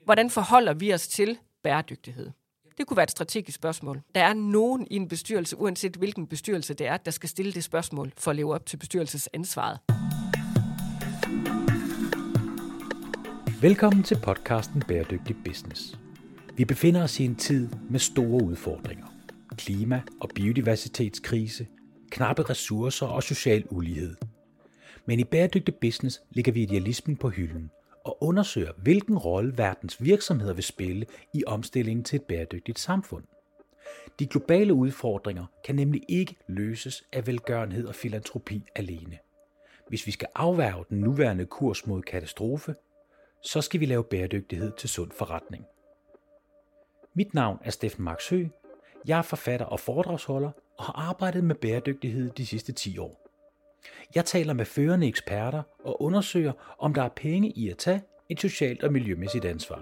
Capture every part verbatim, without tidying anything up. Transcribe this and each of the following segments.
hvordan forholder vi os til bæredygtighed? Det kunne være et strategisk spørgsmål. Der er nogen i en bestyrelse, uanset hvilken bestyrelse det er, der skal stille det spørgsmål for at leve op til bestyrelsesansvaret. Velkommen til podcasten Bæredygtig Business. Vi befinder os i en tid med store udfordringer. Klima- og biodiversitetskrise, knappe ressourcer og social ulighed. Men i Bæredygtig Business lægger vi idealismen på hylden og undersøger, hvilken rolle verdens virksomheder vil spille i omstillingen til et bæredygtigt samfund. De globale udfordringer kan nemlig ikke løses af velgørenhed og filantropi alene. Hvis vi skal afværge den nuværende kurs mod katastrofe, så skal vi lave bæredygtighed til sund forretning. Mit navn er Steffen Marksø. Jeg er forfatter og foredragsholder og har arbejdet med bæredygtighed de sidste ti år. Jeg taler med førende eksperter og undersøger, om der er penge i at tage et socialt og miljømæssigt ansvar.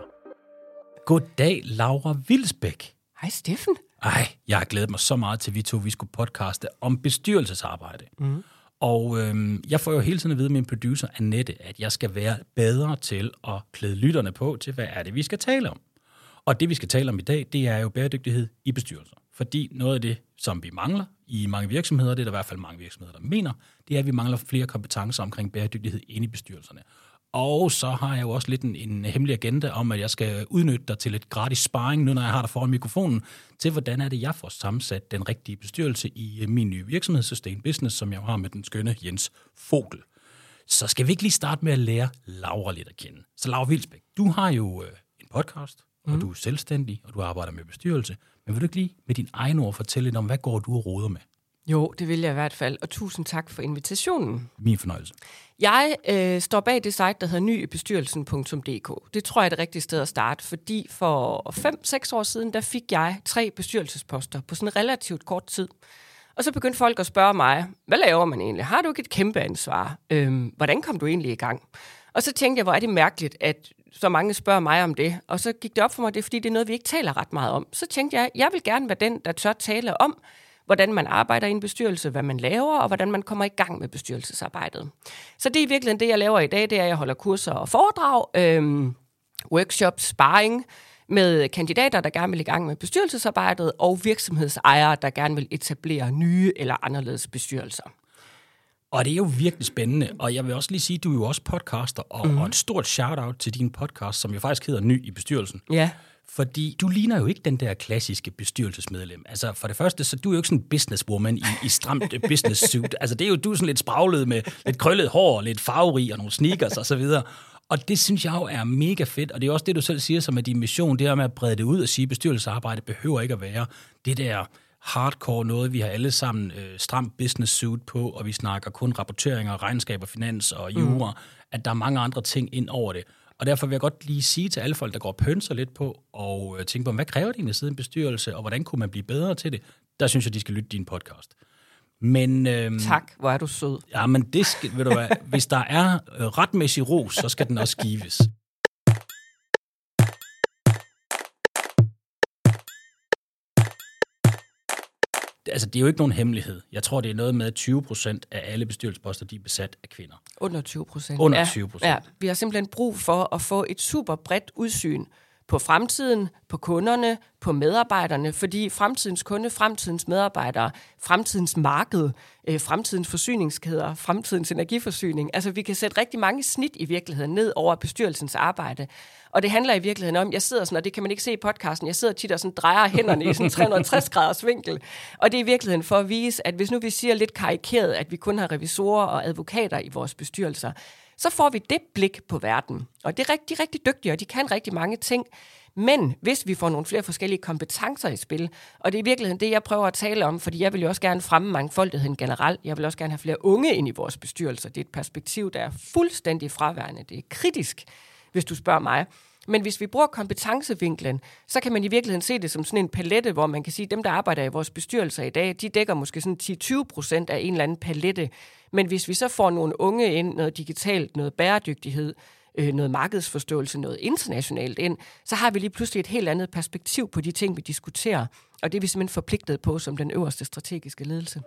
Goddag, Laura Wilsbæk. Hej, Steffen. Ej, jeg har glædet mig så meget til, vi to vi skulle podcaste om bestyrelsesarbejde. Mm. Og øhm, jeg får jo hele tiden at vide med min producer, Annette, at jeg skal være bedre til at klæde lytterne på til, hvad er det, vi skal tale om. Og det, vi skal tale om i dag, det er jo bæredygtighed i bestyrelser. Fordi noget af det, som vi mangler i mange virksomheder, det er der i hvert fald mange virksomheder, der mener, det er, at vi mangler flere kompetencer omkring bæredygtighed inde i bestyrelserne. Og så har jeg jo også lidt en, en hemmelig agenda om, at jeg skal udnytte dig til et gratis sparring, nu når jeg har dig foran mikrofonen, til hvordan er det, jeg får sammensat den rigtige bestyrelse i min nye virksomhed, Sustain Business, som jeg har med den skønne Jens Vogel. Så skal vi ikke lige starte med at lære Laura lidt at kende. Så Laura Wilsbæk, du har jo øh, en podcast, og mm. du er selvstændig, og du arbejder med bestyrelse. Men vil du ikke lige med din egen ord fortælle lidt om, hvad går du og roder med? Jo, det vil jeg i hvert fald, og tusind tak for invitationen. Min fornøjelse. Jeg øh, står bag det site, der hedder ny i bestyrelsen punktum d k. Det tror jeg er det rigtige sted at starte, fordi for fem seks år siden, der fik jeg tre bestyrelsesposter på sådan relativt kort tid. Og så begyndte folk at spørge mig, hvad laver man egentlig? Har du ikke et kæmpe ansvar? Øhm, hvordan kom du egentlig i gang? Og så tænkte jeg, hvor er det mærkeligt, at så mange spørger mig om det. Og så gik det op for mig, det er fordi, det er noget, vi ikke taler ret meget om. Så tænkte jeg, jeg vil gerne være den, der tør tale om, hvordan man arbejder i en bestyrelse, hvad man laver, og hvordan man kommer i gang med bestyrelsesarbejdet. Så det er i virkeligheden det, jeg laver i dag, det er, at jeg holder kurser og foredrag, øhm, workshops, sparring med kandidater, der gerne vil i gang med bestyrelsesarbejdet, og virksomhedsejere, der gerne vil etablere nye eller anderledes bestyrelser. Og det er jo virkelig spændende, og jeg vil også lige sige, at du er jo også podcaster, og, mm. og et stort shout-out til din podcast, som jo faktisk hedder Ny i bestyrelsen. Ja. Fordi du ligner jo ikke den der klassiske bestyrelsesmedlem. Altså for det første, så du er jo ikke sådan en businesswoman i, i stramt business suit. Altså det er jo, du er sådan lidt spraglet med lidt krøllet hår, lidt farverig og nogle sneakers og så videre. Og det synes jeg jo er mega fedt, og det er også det, du selv siger, som er din mission, det er med at brede det ud og sige, at bestyrelsesarbejde behøver ikke at være det der hardcore noget, vi har alle sammen øh, stramt business suit på, og vi snakker kun rapporteringer, regnskaber, finans og jura, mm. at der er mange andre ting ind over det. Og derfor vil jeg godt lige sige til alle folk, der går og pønser lidt på, og øh, tænke på, hvad kræver det egentlig at sidde i en bestyrelse, og hvordan kunne man blive bedre til det? Der synes jeg, de skal lytte din podcast. Men, øhm, tak, hvor er du sød. Ja, men det skal, ved du hvad, hvis der er øh, retmæssig ros, så skal den også gives. Altså, det er jo ikke nogen hemmelighed. Jeg tror, det er noget med, at tyve procent af alle bestyrelsesposter, de er besat af kvinder. Under tyve procent. Under tyve procent. Ja, ja. Vi har simpelthen brug for at få et super bredt udsyn på fremtiden, på kunderne, på medarbejderne, fordi fremtidens kunde, fremtidens medarbejdere, fremtidens marked, øh, fremtidens forsyningskæder, fremtidens energiforsyning, altså vi kan sætte rigtig mange snit i virkeligheden ned over bestyrelsens arbejde. Og det handler i virkeligheden om, jeg sidder sådan, og det kan man ikke se i podcasten, jeg sidder tit og sådan drejer hænderne i sådan tre hundrede og tres graders vinkel. Og det er i virkeligheden for at vise, at hvis nu vi siger lidt karikeret, at vi kun har revisorer og advokater i vores bestyrelser, så får vi det blik på verden. Og det er rigtig, rigtig dygtige, og de kan rigtig mange ting. Men hvis vi får nogle flere forskellige kompetencer i spil, og det er i virkeligheden det, jeg prøver at tale om, fordi jeg vil jo også gerne fremme mangfoldigheden generelt. Jeg vil også gerne have flere unge ind i vores bestyrelser. Det er et perspektiv, der er fuldstændig fraværende. Det er kritisk, hvis du spørger mig. Men hvis vi bruger kompetencevinklen, så kan man i virkeligheden se det som sådan en palette, hvor man kan sige, at dem, der arbejder i vores bestyrelser i dag, de dækker måske sådan ti til tyve procent af en eller anden palette. Men hvis vi så får nogle unge ind, noget digitalt, noget bæredygtighed, noget markedsforståelse, noget internationalt ind, så har vi lige pludselig et helt andet perspektiv på de ting, vi diskuterer. Og det er vi simpelthen forpligtet på som den øverste strategiske ledelse.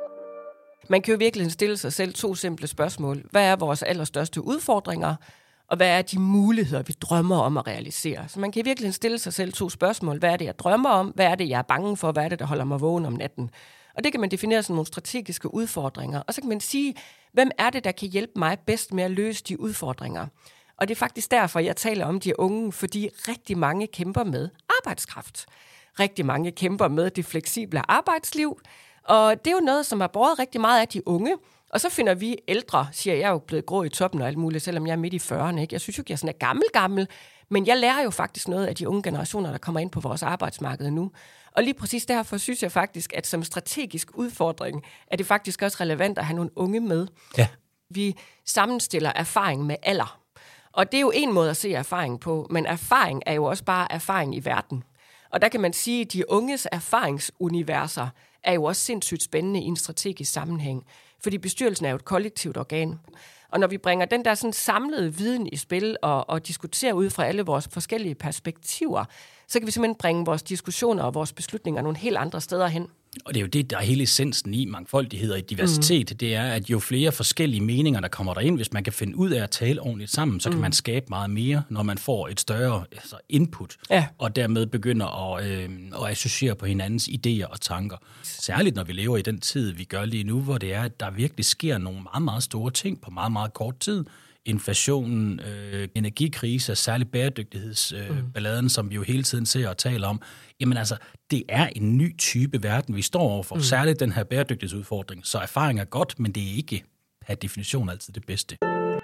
Man kan jo virkelig stille sig selv to simple spørgsmål. Hvad er vores allerstørste udfordringer? og hvad er de muligheder, vi drømmer om at realisere. Så man kan virkelig stille sig selv to spørgsmål. Hvad er det, jeg drømmer om? Hvad er det, jeg er bange for? Hvad er det, der holder mig vågen om natten? Og det kan man definere som nogle strategiske udfordringer. Og så kan man sige, hvem er det, der kan hjælpe mig bedst med at løse de udfordringer? Og det er faktisk derfor, jeg taler om de unge, fordi rigtig mange kæmper med arbejdskraft. Rigtig mange kæmper med det fleksible arbejdsliv. Og det er jo noget, som har båret rigtig meget af de unge. Og så finder vi ældre, siger jeg er jo blevet grå i toppen og alt muligt, selvom jeg er midt i fyrrerne. Ikke? Jeg synes jo ikke, jeg er sådan er gammel, gammel. Men jeg lærer jo faktisk noget af de unge generationer, der kommer ind på vores arbejdsmarked nu. Og lige præcis derfor synes jeg faktisk, at som strategisk udfordring, er det faktisk også relevant at have nogle unge med. Ja. Vi sammenstiller erfaring med alder. Og det er jo en måde at se erfaring på, men erfaring er jo også bare erfaring i verden. Og der kan man sige, at de unges erfaringsuniverser er jo også sindssygt spændende i en strategisk sammenhæng. Fordi bestyrelsen er jo et kollektivt organ. Og når vi bringer den der sådan samlede viden i spil og, og diskuterer ud fra alle vores forskellige perspektiver, så kan vi simpelthen bringe vores diskussioner og vores beslutninger nogle helt andre steder hen. Og det er jo det, der er hele essensen i mangfoldighed og i diversitet. Mm. Det er, at jo flere forskellige meninger, der kommer derind, hvis man kan finde ud af at tale ordentligt sammen, så kan mm. man skabe meget mere, når man får et større altså input, ja. og dermed begynder at, øh, at associere på hinandens idéer og tanker. Særligt når vi lever i den tid, vi gør lige nu, hvor det er, at der virkelig sker nogle meget, meget store ting på meget, meget kort tid. Inflationen, øh, energikrise, særligt bæredygtighedsballaden, øh, mm. som vi jo hele tiden ser og taler om. Jamen altså, det er en ny type verden, vi står overfor. Mm. Særligt den her bæredygtighedsudfordring. Så erfaring er godt, men det er ikke per definition altid det bedste.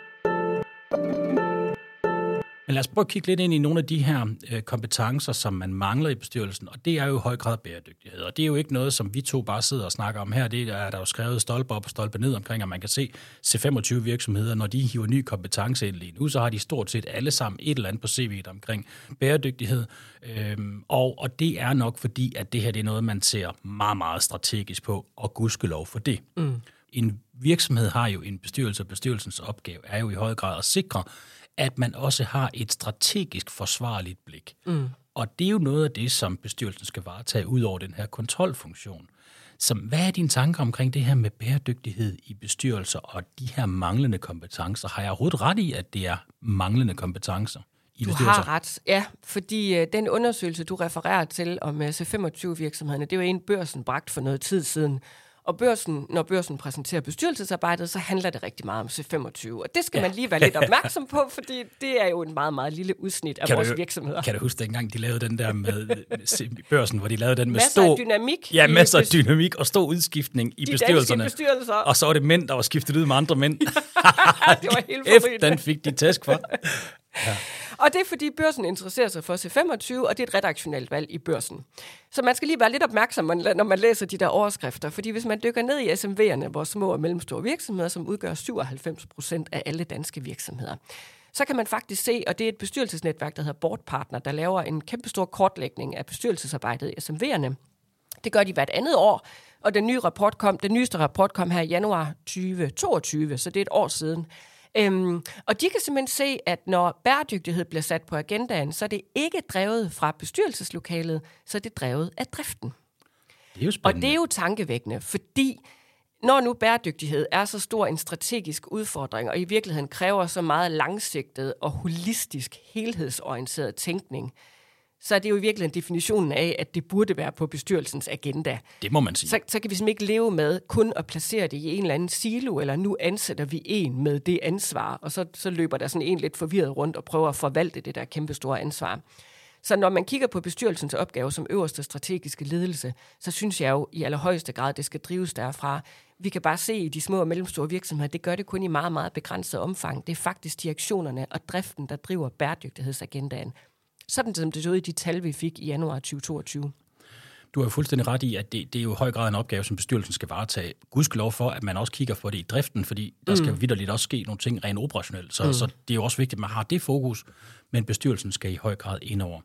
Men lad os prøve at kigge lidt ind i nogle af de her øh, kompetencer, som man mangler i bestyrelsen, og det er jo i høj grad bæredygtighed. Og det er jo ikke noget, som vi to bare sidder og snakker om her. Det er der jo skrevet stolpe op og stolpe ned omkring, og man kan se C femogtyve virksomheder, når de hiver ny kompetence ind lige nu, så har de stort set alle sammen et eller andet på C V'et omkring bæredygtighed. Øhm, og, og det er nok fordi, at det her det er noget, man ser meget, meget strategisk på, og gudskelov for det. Mm. En virksomhed har jo en bestyrelse, og bestyrelsens opgave er jo i høj grad at sikre, at man også har et strategisk forsvarligt blik. Mm. Og det er jo noget af det, som bestyrelsen skal varetage ud over den her kontrolfunktion. Så hvad er dine tanker omkring det her med bæredygtighed i bestyrelser og de her manglende kompetencer? Har jeg overhovedet ret i, at det er manglende kompetencer i du bestyrelser? Du har ret, ja, fordi uh, den undersøgelse, du refererer til om uh, C femogtyve-virksomhederne, det var en Børsen bragt for noget tid siden. Og børsen, når børsen præsenterer bestyrelsesarbejdet, så handler det rigtig meget om C femogtyve. Og det skal ja. man lige være lidt opmærksom på, fordi det er jo en meget, meget lille udsnit af kan vores du, virksomheder. Kan du huske dengang, de lavede den der med børsen, hvor de lavede den med masser stor... af dynamik. Ja, masser af dynamik og stor udskiftning i de bestyrelserne. bestyrelser. Og så var det mænd, der var skiftet ud med andre mænd. Det var helt forrygende. Den fik de tæsk for. Ja. Og det er, fordi børsen interesserer sig for C femogtyve, og det er et redaktionelt valg i børsen. Så man skal lige være lidt opmærksom, når man læser de der overskrifter, fordi hvis man dykker ned i S M V'erne, vores små og mellemstore virksomheder, som udgør syvoghalvfems procent af alle danske virksomheder, så kan man faktisk se, og det er et bestyrelsesnetværk, der hedder Board Partner, der laver en kæmpestor kortlægning af bestyrelsesarbejdet i S M V'erne. Det gør de hvert andet år, og den nye rapport kom, den nyeste rapport kom her i januar tyve toogtyve, så det er et år siden. Øhm, og de kan simpelthen se, at når bæredygtighed bliver sat på agendaen, så er det ikke drevet fra bestyrelseslokalet, så er det drevet af driften. Det er jo spændende. Og det er jo tankevækkende, fordi når nu bæredygtighed er så stor en strategisk udfordring, og i virkeligheden kræver så meget langsigtet og holistisk, helhedsorienteret tænkning, så er det jo i virkeligheden definitionen af, at det burde være på bestyrelsens agenda. Det må man sige. Så, så kan vi simpelthen ikke leve med kun at placere det i en eller anden silo, eller nu ansætter vi en med det ansvar, og så, så løber der sådan en lidt forvirret rundt og prøver at forvalte det der kæmpe store ansvar. Så når man kigger på bestyrelsens opgave som øverste strategiske ledelse, så synes jeg jo i allerhøjeste grad, det skal drives derfra. Vi kan bare se i de små og mellemstore virksomheder, det gør det kun i meget, meget begrænset omfang. Det er faktisk de aktionerne og driften, der driver bæredygtighedsagendaen. Sådan som det så ud i de tal, vi fik i januar tyve toogtyve. Du har jo fuldstændig ret i, at det, det er jo i høj grad en opgave, som bestyrelsen skal varetage. Gudskelov for, at man også kigger på det i driften, fordi der skal mm. vitterligt også ske nogle ting rent operationelt. Så, mm. så det er jo også vigtigt, at man har det fokus, men bestyrelsen skal i høj grad indover.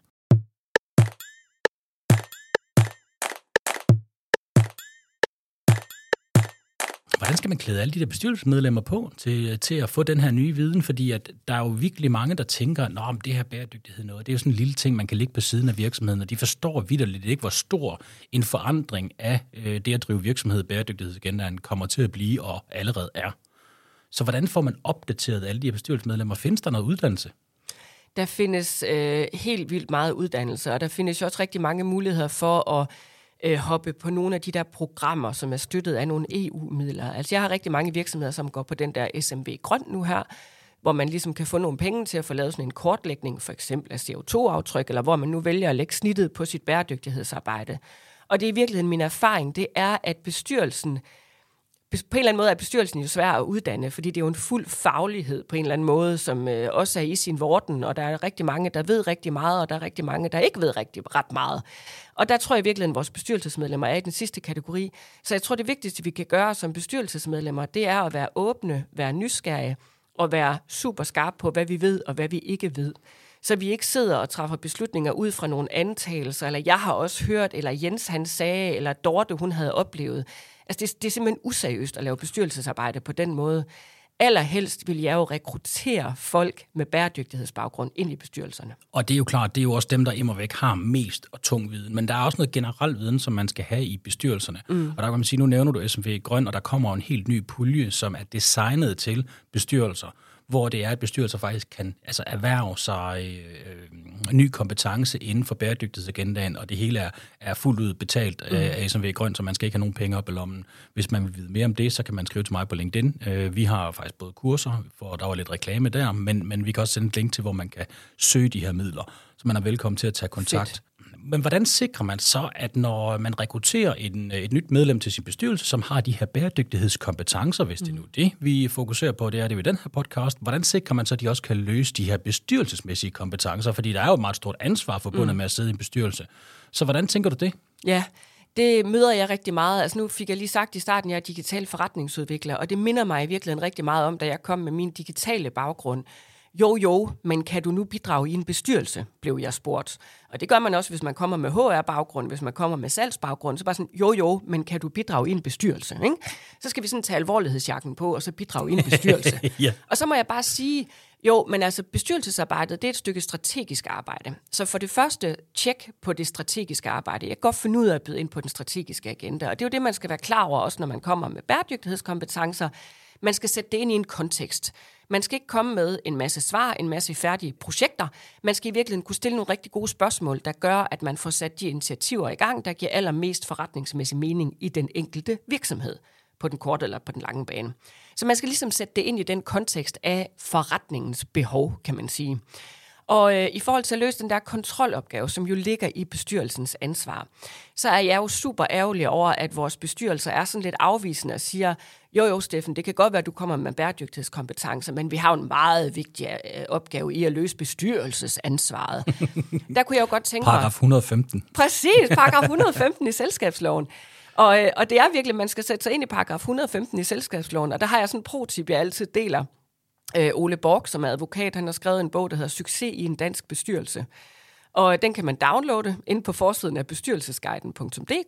Hvordan skal man klæde alle de der bestyrelsesmedlemmer på til, til at få den her nye viden? Fordi at der er jo virkelig mange, der tænker, at det her bæredygtighed noget, det er jo sådan en lille ting, man kan ligge på siden af virksomheden, og de forstår vitterligt ikke, hvor stor en forandring af øh, det at drive virksomhed bæredygtighedsagendaen kommer til at blive og allerede er. Så hvordan får man opdateret alle de her bestyrelsesmedlemmer? Findes der noget uddannelse? Der findes øh, helt vildt meget uddannelse, og der findes jo også rigtig mange muligheder for at øh, hoppe på nogle af de der programmer, som er støttet af nogle E U-midler. Altså jeg har rigtig mange virksomheder, som går på den der S M V Grøn nu her, hvor man ligesom kan få nogle penge til at få lavet sådan en kortlægning, for eksempel af C O to aftryk, eller hvor man nu vælger at lægge snittet på sit bæredygtighedsarbejde. Og det er i virkeligheden min erfaring, det er, at bestyrelsen, på en eller anden måde er bestyrelsen jo svær at uddanne, fordi det er jo en fuld faglighed på en eller anden måde, som øh, også er i sin vorden, og der er rigtig mange, der ved rigtig meget, og der er rigtig mange, der ikke ved rigtig ret meget. Og der tror jeg virkelig, at vores bestyrelsesmedlemmer er i den sidste kategori. Så jeg tror, det vigtigste, vi kan gøre som bestyrelsesmedlemmer, det er at være åbne, være nysgerrige, og være super skarpe på, hvad vi ved, og hvad vi ikke ved. Så vi ikke sidder og træffer beslutninger ud fra nogle antagelser, eller jeg har også hørt, eller Jens han sagde, eller Dorte hun havde oplevet. Altså det, det er simpelthen useriøst at lave bestyrelsesarbejde på den måde. Allerhelst vil jeg jo rekruttere folk med bæredygtighedsbaggrund ind i bestyrelserne. Og det er jo klart, det er jo også dem, der immervæk har mest og tung viden. Men der er også noget generel viden, som man skal have i bestyrelserne. Mm. Og der kan man sige, nu nævner du S M V Grøn, og der kommer en helt ny pulje, som er designet til bestyrelser, hvor det er, at bestyrelser faktisk kan altså erhverve sig øh, ny kompetence inden for bæredygtighedsagendaen, og det hele er, er fuldt ud betalt mm. af S M V Grøn, så man skal ikke have nogen penge op i lommen. Hvis man vil vide mere om det, så kan man skrive til mig på LinkedIn. Øh, vi har faktisk både kurser, for der var lidt reklame der, men, men vi kan også sende et link til, hvor man kan søge de her midler, så man er velkommen til at tage kontakt. Fedt. Men hvordan sikrer man så, at når man rekrutterer en, et nyt medlem til sin bestyrelse, som har de her bæredygtighedskompetencer, hvis det er nu det, vi fokuserer på, det er det ved den her podcast, hvordan sikrer man så, at de også kan løse de her bestyrelsesmæssige kompetencer? Fordi der er jo et meget stort ansvar forbundet mm. med at sidde i en bestyrelse. Så hvordan tænker du det? Ja, det møder jeg rigtig meget. Altså nu fik jeg lige sagt i starten, at jeg er digital forretningsudvikler, og det minder mig i virkeligheden rigtig meget om, da jeg kom med min digitale baggrund. Jo, jo, men kan du nu bidrage i en bestyrelse, blev jeg spurgt. Og det gør man også, hvis man kommer med H R-baggrund, hvis man kommer med salgsbaggrund. Så bare sådan, jo, jo, men kan du bidrage i en bestyrelse? Ikke? Så skal vi sådan tage alvorlighedsjakken på, og så bidrage i en bestyrelse. Ja. Og så må jeg bare sige, jo, men altså bestyrelsesarbejdet, det er et stykke strategisk arbejde. Så for det første, tjek på det strategiske arbejde. Jeg kan godt finde ud af at byde ind på den strategiske agenda. Og det er jo det, man skal være klar over, også når man kommer med bæredygtighedskompetencer. Man skal sætte det ind i en kontekst. Man skal ikke komme med en masse svar, en masse færdige projekter. Man skal i virkeligheden kunne stille nogle rigtig gode spørgsmål, der gør, at man får sat de initiativer i gang, der giver allermest forretningsmæssig mening i den enkelte virksomhed, på den korte eller på den lange bane. Så man skal ligesom sætte det ind i den kontekst af forretningens behov, kan man sige. Og øh, i forhold til at løse den der kontrolopgave, som jo ligger i bestyrelsens ansvar, så er jeg jo super ærgerlig over, at vores bestyrelser er sådan lidt afvisende og siger, jo jo Steffen, det kan godt være, at du kommer med bæredygtighedskompetencer, men vi har jo en meget vigtig øh, opgave i at løse bestyrelsesansvaret. Der kunne jeg jo godt tænke mig... paragraf et hundrede og femten. Præcis, paragraf et hundrede og femten i selskabsloven. Og, øh, og det er virkelig, man skal sætte sig ind i paragraf et hundrede og femten i selskabsloven, og der har jeg sådan en pro-tip, jeg altid deler. Øh, Ole Borg, som er advokat, han har skrevet en bog, der hedder Succes i en dansk bestyrelse. Og den kan man downloade inde på forsiden af bestyrelsesguiden punktum d k.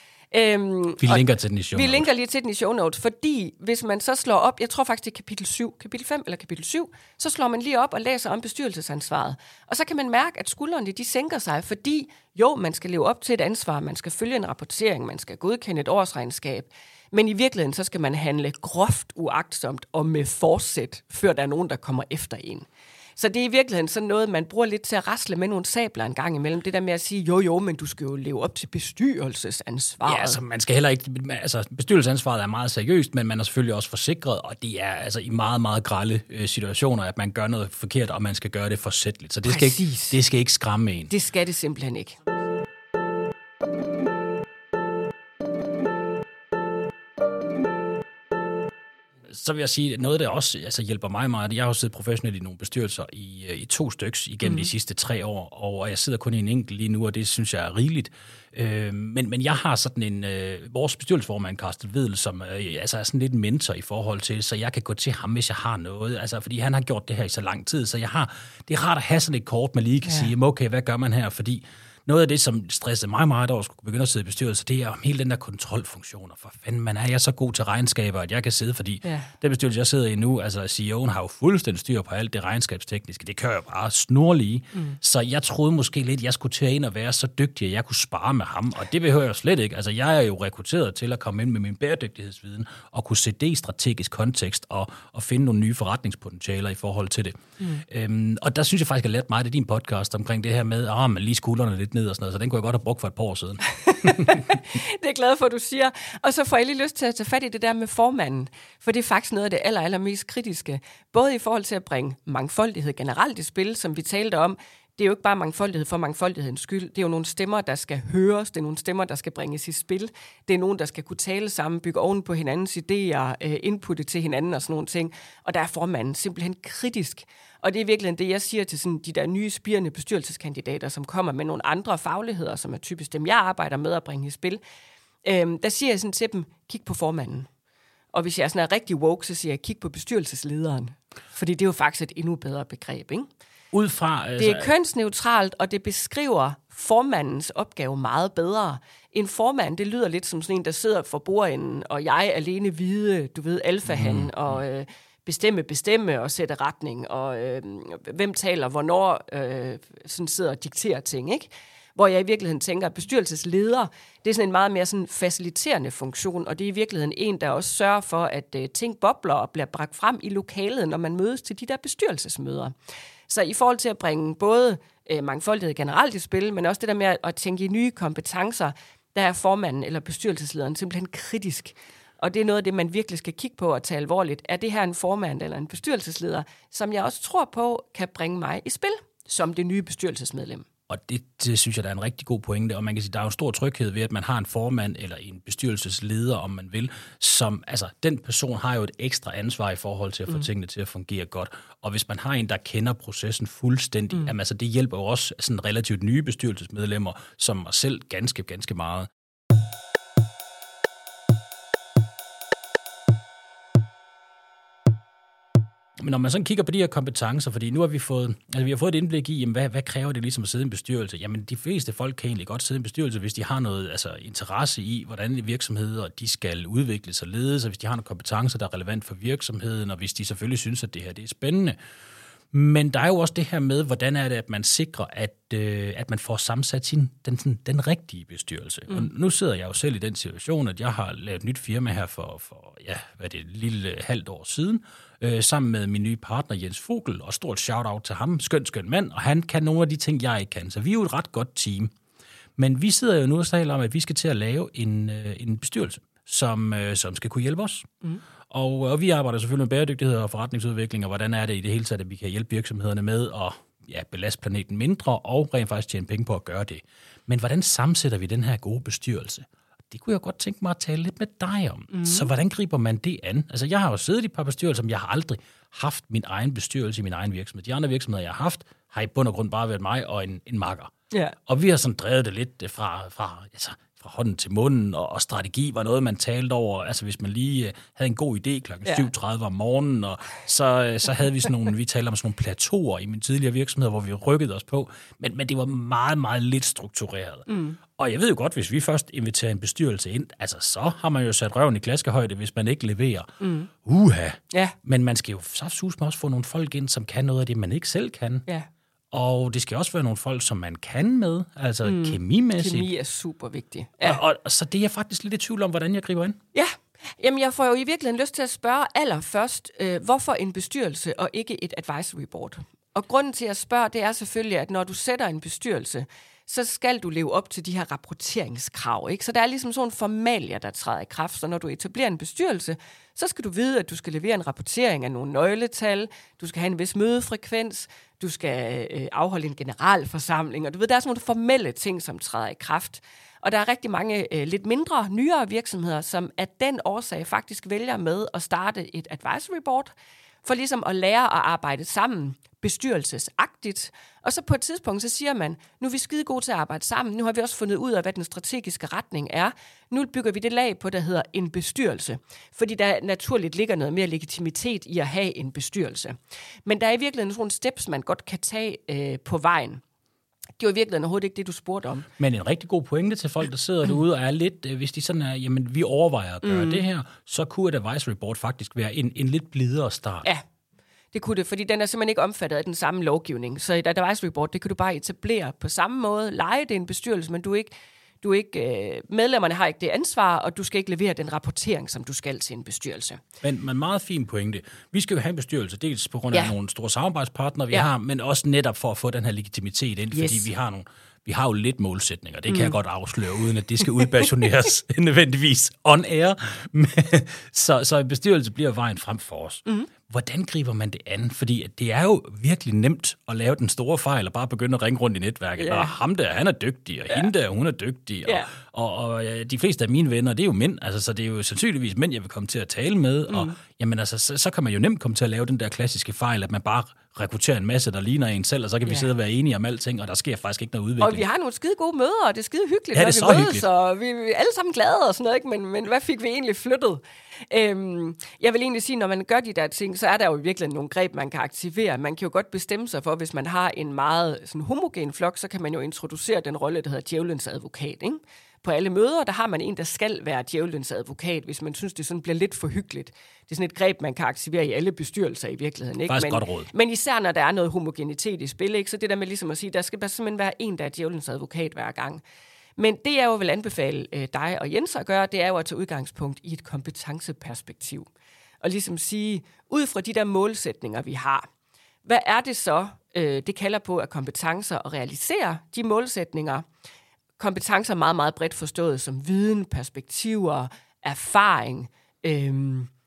Øhm, vi linker til den i show notes. Vi linker lige til den i show notes, fordi hvis man så slår op, jeg tror faktisk det er kapitel syv, kapitel fem eller kapitel syv, så slår man lige op og læser om bestyrelsesansvaret. Og så kan man mærke, at skuldrene de sænker sig, fordi jo, man skal leve op til et ansvar, man skal følge en rapportering, man skal godkende et årsregnskab, men i virkeligheden så skal man handle groft uagtsomt og med forsæt, før der er nogen, der kommer efter en. Så det er i virkeligheden sådan noget, man bruger lidt til at rasle med nogle sabler en gang imellem. Det der med at sige, jo jo, men du skal jo leve op til bestyrelsesansvaret. Ja, altså man skal heller ikke... Altså bestyrelsesansvaret er meget seriøst, men man er selvfølgelig også forsikret, og det er altså i meget, meget grelle øh, situationer, at man gør noget forkert, og man skal gøre det forsætligt. Så det skal, ikke, det skal ikke skræmme en. Det skal det simpelthen ikke. Så vil jeg sige, at noget, der også altså, hjælper mig meget, jeg har jo siddet professionelt i nogle bestyrelser i, i to styks igennem mm. de sidste tre år, og jeg sidder kun i en enkelt lige nu, og det synes jeg er rigeligt. Øh, men, men jeg har sådan en, øh, vores bestyrelsesformand, Carsten Vedel, som øh, altså er sådan lidt en mentor i forhold til, så jeg kan gå til ham, hvis jeg har noget, altså fordi han har gjort det her i så lang tid, så jeg har, det er rart at have sådan et kort, man lige kan ja. sige, okay, hvad gør man her, fordi noget af det, som stressede mig meget over at skulle begynde at sidde i bestyrelse, det er om hele den der kontrolfunktioner. For fanden, man er jeg så god til regnskaber, at jeg kan sidde, fordi ja. den bestyrelse, jeg sidder i nu, altså C E O'en har jo fuldstændig styr på alt det regnskabstekniske. Det kører jo bare snorlige. Mm. Så jeg troede måske lidt, at jeg skulle til ind og være så dygtig, at jeg kunne spare med ham. Og det behøver jeg slet ikke. Altså, jeg er jo rekrutteret til at komme ind med min bæredygtighedsviden og kunne se det i strategisk kontekst og, og finde nogle nye forretningspotentialer i forhold til det. Mm. Øhm, og der synes jeg faktisk, at jeg lærte meget af din podcast omkring det her med, at man lige skuldrene lidt ned og sådan noget, så den kunne jeg godt have brugt for et par år siden. Det er jeg glad for, at du siger. Og så får jeg lige lyst til at tage fat i det der med formanden, for det er faktisk noget af det aller, aller mest kritiske. Både i forhold til at bringe mangfoldighed generelt i spil, som vi talte om. Det er jo ikke bare mangfoldighed for mangfoldighedens skyld. Det er jo nogle stemmer, der skal høres. Det er nogle stemmer, der skal bringes i spil. Det er nogen, der skal kunne tale sammen, bygge oven på hinandens idéer, inputte til hinanden og sådan nogle ting. Og der er formanden simpelthen kritisk. Og det er virkelig det, jeg siger til sådan de der nye spirende bestyrelseskandidater, som kommer med nogle andre fagligheder, som er typisk dem, jeg arbejder med at bringe i spil. Øhm, der siger jeg sådan til dem, kig på formanden. Og hvis jeg sådan er rigtig woke, så siger jeg, kig på bestyrelseslederen. Fordi det er jo faktisk et endnu bedre begreb, ikke? Ud fra, altså... Det er kønsneutralt, og det beskriver formandens opgave meget bedre. En formand, det lyder lidt som sådan en, der sidder for bordenden, og jeg alene hvide, du ved, alfahan, mm. og øh, bestemme, bestemme og sætte retning, og øh, hvem taler, hvornår, øh, sådan sidder og dikterer ting, ikke? Hvor jeg i virkeligheden tænker, at bestyrelsesleder, det er sådan en meget mere sådan faciliterende funktion, og det er i virkeligheden en, der også sørger for, at øh, ting bobler og bliver bragt frem i lokalet, når man mødes til de der bestyrelsesmøder. Så i forhold til at bringe både øh, mangfoldighed generelt i spil, men også det der med at, at tænke i nye kompetencer, der er formanden eller bestyrelseslederen simpelthen kritisk. Og det er noget af det, man virkelig skal kigge på og tage alvorligt. Er det her en formand eller en bestyrelsesleder, som jeg også tror på, kan bringe mig i spil som det nye bestyrelsesmedlem? Og det, det synes jeg, der er en rigtig god pointe, og man kan sige, der er jo en stor tryghed ved, at man har en formand eller en bestyrelsesleder, om man vil, som, altså, den person har jo et ekstra ansvar i forhold til at få mm. tingene til at fungere godt. Og hvis man har en, der kender processen fuldstændig, mm. jamen, altså, det hjælper jo også sådan relativt nye bestyrelsesmedlemmer, som mig selv ganske, ganske meget. Men når man sådan kigger på de her kompetencer, fordi nu har vi fået, altså vi har fået et indblik i, jamen hvad, hvad kræver det ligesom at sidde i en bestyrelse? Jamen de fleste folk kan egentlig godt sidde i en bestyrelse, hvis de har noget altså, interesse i, hvordan virksomheder de skal udvikle sig og ledes, og hvis de har nogle kompetencer, der er relevant for virksomheden, og hvis de selvfølgelig synes, at det her det er spændende. Men der er jo også det her med, hvordan er det, at man sikrer, at, øh, at man får sammensat sin, den, den, den rigtige bestyrelse. Mm. Og nu sidder jeg jo selv i den situation, at jeg har lavet et nyt firma her for, for ja, hvad er det, et lille halvt år siden, øh, sammen med min nye partner Jens Vogel, og stort shout-out til ham, skøn, skøn mand, og han kan nogle af de ting, jeg ikke kan. Så vi er jo et ret godt team. Men vi sidder jo nu og taler om, at vi skal til at lave en, øh, en bestyrelse, som, øh, som skal kunne hjælpe os. Mm. Og, og vi arbejder selvfølgelig med bæredygtighed og forretningsudvikling, og hvordan er det i det hele taget, at vi kan hjælpe virksomhederne med at ja, belaste planeten mindre, og rent faktisk tjene penge på at gøre det. Men hvordan sammensætter vi den her gode bestyrelse? Det kunne jeg godt tænke mig at tale lidt med dig om. Mm. Så hvordan griber man det an? Altså, jeg har jo siddet i et par bestyrelser, men jeg har aldrig haft min egen bestyrelse i min egen virksomhed. De andre virksomheder, jeg har haft, har i bund og grund bare været mig og en, en makker. Yeah. Og vi har sådan drevet det lidt fra... fra altså, fra hånden til munden, og, og strategi var noget, man talte over. Altså, hvis man lige uh, havde en god idé klokken syv tredive om morgenen, og så, uh, så havde vi sådan nogle, vi talte om sådan nogle plateauer i min tidligere virksomhed, hvor vi rykkede os på, men, men det var meget, meget lidt struktureret. Mm. Og jeg ved jo godt, hvis vi først inviterer en bestyrelse ind, altså, så har man jo sat røven i klaskehøjde, hvis man ikke leverer. Mm. Uha! Ja. Men man skal jo saftsus med også få nogle folk ind, som kan noget af det, man ikke selv kan. Ja. Og det skal også være nogle folk, som man kan med, altså mm. kemimæssigt. Kemi er super vigtig. Ja. Og, og så det er jeg faktisk lidt i tvivl om, hvordan jeg griber ind. Ja, jamen jeg får jo i virkeligheden lyst til at spørge allerførst, øh, hvorfor en bestyrelse og ikke et advisory board? Og grunden til at spørge, det er selvfølgelig, at når du sætter en bestyrelse, så skal du leve op til de her rapporteringskrav, ikke? Så der er ligesom sådan en formalier, der træder i kraft. Så når du etablerer en bestyrelse, så skal du vide, at du skal levere en rapportering af nogle nøgletal, du skal have en vis mødefrekvens, du skal øh, afholde en generalforsamling, og du ved, der er sådan nogle formelle ting, som træder i kraft. Og der er rigtig mange øh, lidt mindre, nyere virksomheder, som af den årsag faktisk vælger med at starte et advisory board, for ligesom at lære at arbejde sammen bestyrelsesagtigt. Og så på et tidspunkt, så siger man, nu er vi skide gode til at arbejde sammen, nu har vi også fundet ud af, hvad den strategiske retning er. Nu bygger vi det lag på, der hedder en bestyrelse, fordi der naturligt ligger noget mere legitimitet i at have en bestyrelse. Men der er i virkeligheden sådan nogle steps, man godt kan tage øh, på vejen. Det var i virkeligheden overhovedet ikke det, du spurgte om. Men en rigtig god pointe til folk, der sidder derude og er lidt, hvis de sådan er, jamen vi overvejer at gøre mm. det her, så kunne et advisory board faktisk være en, en lidt blidere start. Ja, det kunne det, fordi den er simpelthen ikke omfattet af den samme lovgivning. Så et advisory board, det kan du bare etablere på samme måde. Lege det er en bestyrelse, men du er ikke, du er ikke, øh, medlemmerne har ikke det ansvar, og du skal ikke levere den rapportering, som du skal til en bestyrelse. Men, men meget fin pointe. Vi skal jo have en bestyrelse, dels på grund af ja. nogle store samarbejdspartnere, vi ja. har, men også netop for at få den her legitimitet ind, yes. fordi vi har nogle Vi har jo lidt målsætninger, det kan mm. jeg godt afsløre, uden at det skal udbassioneres nødvendigvis on air. Men, så, så en bestyrelse bliver vejen frem for os. Mm. Hvordan griber man det an? Fordi det er jo virkelig nemt at lave den store fejl og bare begynde at ringe rundt i netværket. Yeah. Og ham der, han er dygtig, og yeah. hende der, hun er dygtig. Yeah. Og, og, og de fleste af mine venner, det er jo mænd. Altså, så det er jo sandsynligvis mænd, jeg vil komme til at tale med. Mm. Og jamen, altså, så, så kan man jo nemt komme til at lave den der klassiske fejl, at man bare rekrutterer en masse, der ligner en selv, og så kan vi yeah. sidde og være enige om alting, og der sker faktisk ikke noget udvikling. Og vi har nogle skide gode møder, og det er skide hyggeligt, ja, det når vi mødes, hyggeligt. Og vi er alle sammen glade og sådan noget, ikke? Men, men hvad fik vi egentlig flyttet? Øhm, jeg vil egentlig sige, når man gør de der ting, så er der jo virkelig nogle greb, man kan aktivere. Man kan jo godt bestemme sig for, hvis man har en meget sådan, homogen flok, så kan man jo introducere den rolle, der hedder djævelens advokat, ikke? På alle møder, der har man en, der skal være djævelens advokat, hvis man synes, det sådan bliver lidt for hyggeligt. Det er sådan et greb, man kan aktivere i alle bestyrelser i virkeligheden. Ikke? Faktisk men, godt råd. Men især, når der er noget homogenitet i spil, ikke? Så det der med ligesom at sige, der skal bare simpelthen være en, der er djævelens advokat hver gang. Men det jeg jo vil anbefale øh, dig og Jens at gøre, det er jo at tage udgangspunkt i et kompetenceperspektiv. Og ligesom sige, ud fra de der målsætninger, vi har, hvad er det så, øh, det kalder på af kompetencer at realisere de målsætninger? Kompetencer meget, meget bredt forstået som viden, perspektiver, erfaring, øh,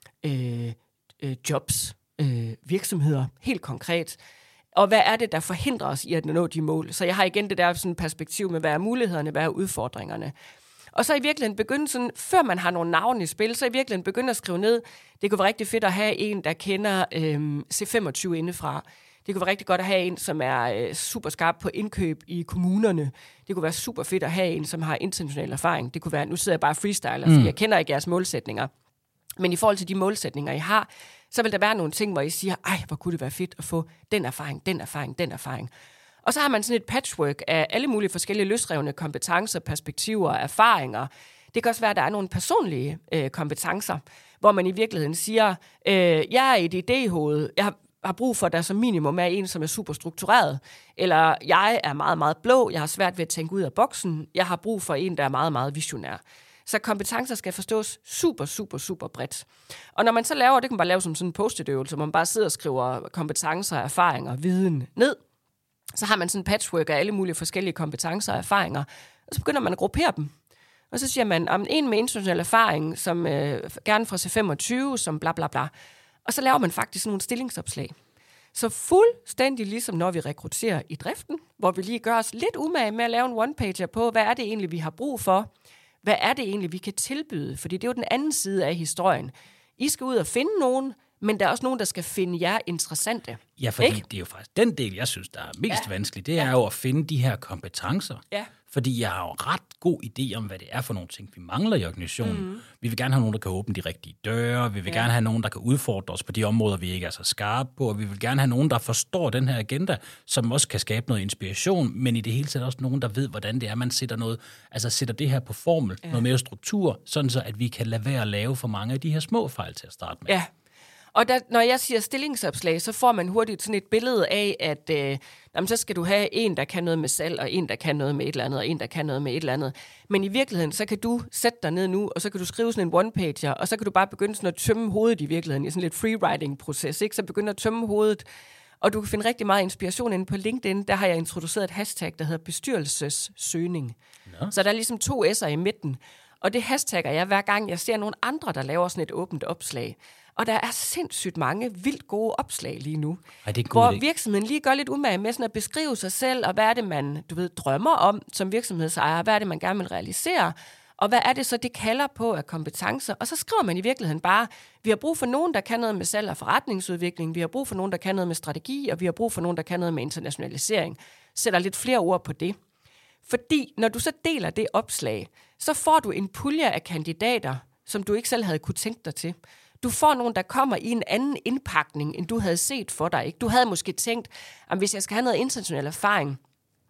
øh, øh, jobs, øh, virksomheder, helt konkret. Og hvad er det, der forhindrer os i at nå de mål? Så jeg har igen det der sådan perspektiv med, hvad er mulighederne, hvad er udfordringerne? Og så i virkeligheden begynde sådan, før man har nogle navne i spil, så i virkeligheden begynde at skrive ned. Det kunne være rigtig fedt at have en, der kender øh, C femogtyve indefra. Det kunne være rigtig godt at have en, som er øh, super skarp på indkøb i kommunerne. Det kunne være super fedt at have en, som har international erfaring. Det kunne være, nu sidder jeg bare freestyler, mm. fordi jeg kender ikke jeres målsætninger. Men i forhold til de målsætninger, I har, så vil der være nogle ting, hvor I siger, ej, hvor kunne det være fedt at få den erfaring, den erfaring, den erfaring. Og så har man sådan et patchwork af alle mulige forskellige løsrevne kompetencer, perspektiver, erfaringer. Det kan også være, at der er nogle personlige øh, kompetencer, hvor man i virkeligheden siger, øh, jeg er et idéhoved, jeg har har brug for, at der som minimum er en, som er super struktureret, eller jeg er meget, meget blå, jeg har svært ved at tænke ud af boksen, jeg har brug for en, der er meget, meget visionær. Så kompetencer skal forstås super, super, super bredt. Og når man så laver, det kan man bare lave som sådan en post-it-øvelse, hvor man bare sidder og skriver kompetencer, erfaringer, viden ned, så har man sådan en patchwork af alle mulige forskellige kompetencer og erfaringer, og så begynder man at gruppere dem. Og så siger man, om en med international erfaring, som øh, gerne fra C femogtyve, som bla bla bla. Og så laver man faktisk nogle stillingsopslag. Så fuldstændig ligesom når vi rekrutterer i driften, hvor vi lige gør os lidt umage med at lave en one-pager på, hvad er det egentlig, vi har brug for? Hvad er det egentlig, vi kan tilbyde? Fordi det er jo den anden side af historien. I skal ud og finde nogen, men der er også nogen, der skal finde jer interessante. Ja, fordi ikke? Det er jo faktisk den del, jeg synes, der er mest ja. vanskelig. Det er ja. jo at finde de her kompetencer. Ja. Fordi jeg har jo ret god idé om, hvad det er for nogle ting, vi mangler i organisationen. Mm. Vi vil gerne have nogen, der kan åbne de rigtige døre. Vi vil ja. gerne have nogen, der kan udfordre os på de områder, vi ikke er så skarpe på. Og vi vil gerne have nogen, der forstår den her agenda, som også kan skabe noget inspiration, men i det hele taget også nogen, der ved, hvordan det er, man sætter noget, altså sætter det her på formel, ja. noget mere struktur, sådan så, at vi kan lade være at lave for mange af de her små fejl til at starte med. Ja. Og der, når jeg siger stillingsopslag, så får man hurtigt sådan et billede af, at øh, jamen, så skal du have en, der kan noget med salg, og en, der kan noget med et eller andet, og en, der kan noget med et eller andet. Men i virkeligheden, så kan du sætte dig ned nu, og så kan du skrive sådan en one-pager, og så kan du bare begynde sådan at tømme hovedet i virkeligheden, i sådan lidt free-writing-proces, ikke? Så begynde at tømme hovedet, og du kan finde rigtig meget inspiration inde på LinkedIn. Der har jeg introduceret et hashtag, der hedder bestyrelsessøgning. No. Så der er ligesom to s'er i midten, og det hashtagger jeg hver gang, jeg ser nogle andre, der laver sådan et åbent opslag. Og der er sindssygt mange vildt gode opslag lige nu, Ej, det er hvor ikke. virksomheden lige gør lidt umage med sådan at beskrive sig selv, og hvad er det, man du ved, drømmer om som virksomhedsejer, hvad er det, man gerne vil realisere, og hvad er det så, det kalder på af kompetencer. Og så skriver man i virkeligheden bare, vi har brug for nogen, der kan noget med salg og forretningsudvikling, vi har brug for nogen, der kan noget med strategi, og vi har brug for nogen, der kan noget med internationalisering. Sætter lidt flere ord på det. Fordi når du så deler det opslag, så får du en pulje af kandidater, som du ikke selv havde kunne tænke dig til. Du får nogen, der kommer i en anden indpakning, end du havde set for dig. Ikke? Du havde måske tænkt, at hvis jeg skal have noget international erfaring,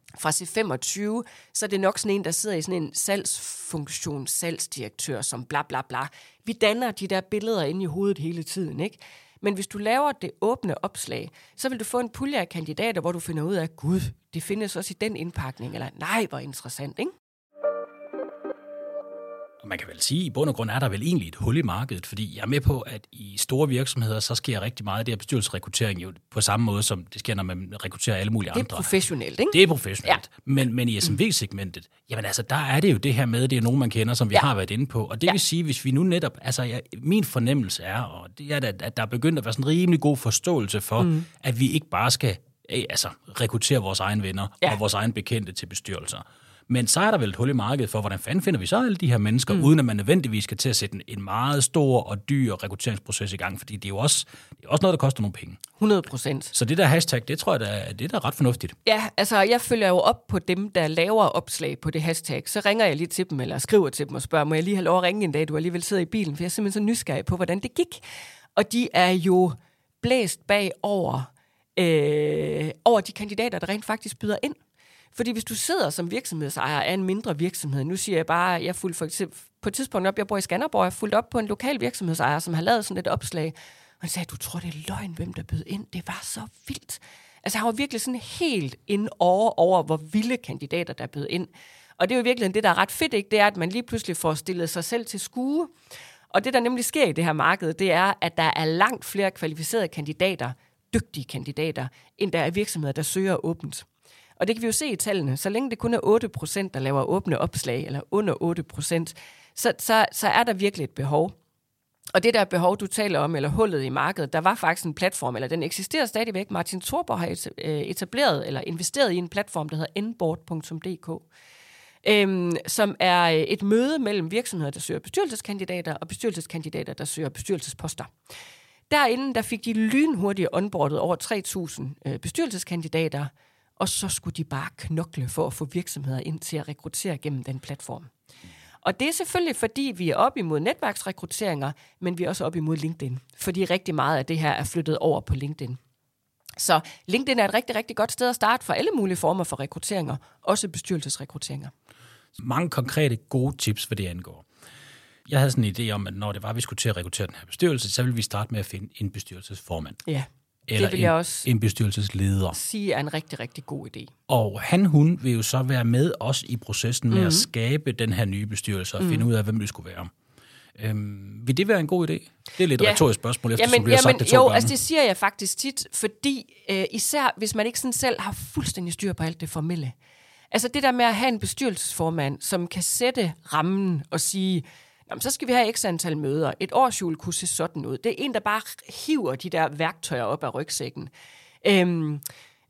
fra C femogtyve, så er det nok sådan en, der sidder i sådan en salgsfunktion, salgsdirektør, som bla bla bla. Vi danner de der billeder inde i hovedet hele tiden, ikke? Men hvis du laver det åbne opslag, så vil du få en pulje af kandidater, hvor du finder ud af, gud, det findes også i den indpakning, eller nej, hvor interessant, ikke? Man kan vel sige, at i bund og grund er der vel egentlig et hul i markedet, fordi jeg er med på, at i store virksomheder, så sker rigtig meget af det her bestyrelsesrekruttering jo på samme måde, som det sker, når man rekrutterer alle mulige andre. Det er professionelt, ikke? Det er professionelt. Ja. Men, men i S M V-segmentet, jamen altså, der er det jo det her med, det er nogen, man kender, som vi ja. har været inde på. Og det ja. vil sige, hvis vi nu netop, altså ja, min fornemmelse er, og det er, at, at der er begyndt at være sådan en rimelig god forståelse for, mm. at vi ikke bare skal altså, rekruttere vores egne venner ja. og vores egne bekendte til bestyrelser. Men så er der vel et hul i markedet for, hvordan fanden finder vi så alle de her mennesker, mm. uden at man nødvendigvis skal til at sætte en meget stor og dyr rekrutteringsproces i gang, fordi det er jo også, det er også noget, der koster nogle penge. hundrede procent. Så det der hashtag, det tror jeg, der er, det er der ret fornuftigt. Ja, altså jeg følger jo op på dem, der laver opslag på det hashtag. Så ringer jeg lige til dem, eller skriver til dem og spørger, må jeg lige have lov at ringe en dag, du alligevel sidder i bilen, for jeg er simpelthen så nysgerrig på, hvordan det gik. Og de er jo blæst bagover øh, over de kandidater, der rent faktisk byder ind. Fordi hvis du sidder som virksomhedsejer af en mindre virksomhed, nu siger jeg bare, jeg fulgte for eksempel på et tidspunkt op, jeg bor i Skanderborg, jeg fulgte op på en lokal virksomhedsejer, som har lavet sådan et opslag, og han sagde, du tror, det er løgn, hvem der bød ind. Det var så vildt. Altså, han var virkelig sådan helt ind over, over, hvor vilde kandidater, der bød ind. Og det er jo virkelig det, der er ret fedt, ikke? Det er, at man lige pludselig får stillet sig selv til skue. Og det, der nemlig sker i det her marked, det er, at der er langt flere kvalificerede kandidater, dygtige kandidater, end der er virksomheder, der søger åbent. Og det kan vi jo se i tallene. Så længe det kun er otte procent, der laver åbne opslag, eller under otte procent, så, så, så er der virkelig et behov. Og det der behov, du taler om, eller hullet i markedet, der var faktisk en platform, eller den eksisterer stadigvæk. Martin Thorborg har etableret, eller investeret i en platform, der hedder nboard punktum d k, øhm, som er et møde mellem virksomheder, der søger bestyrelseskandidater, og bestyrelseskandidater, der søger bestyrelsesposter. Derinde der fik de lynhurtigt onboardet over tre tusind øh, bestyrelseskandidater, og så skulle de bare knokle for at få virksomheder ind til at rekruttere gennem den platform. Og det er selvfølgelig, fordi vi er op imod netværksrekrutteringer, men vi er også op imod LinkedIn, fordi rigtig meget af det her er flyttet over på LinkedIn. Så LinkedIn er et rigtig, rigtig godt sted at starte for alle mulige former for rekrutteringer, også bestyrelsesrekrutteringer. Mange konkrete gode tips, hvad det angår. Jeg havde sådan en idé om, at når det var, vi skulle til at rekruttere den her bestyrelse, så ville vi starte med at finde en bestyrelsesformand. Ja. Eller det vil jeg også en, en bestyrelsesleder. Sige er en rigtig, rigtig god idé. Og han, hun vil jo så være med os i processen med mm-hmm. at skabe den her nye bestyrelse og mm. finde ud af, hvem det skulle være. Øhm, vil det være en god idé? Det er lidt et ja. retorisk spørgsmål, eftersom jamen, du har sagt jamen, det to jo, gange. Altså det siger jeg faktisk tit, fordi øh, især hvis man ikke sådan selv har fuldstændig styr på alt det formelle. Altså det der med at have en bestyrelsesformand, som kan sætte rammen og sige, jamen, så skal vi have x antal møder. Et årshjul kunne se sådan ud. Det er en, der bare hiver de der værktøjer op af rygsækken. Øhm,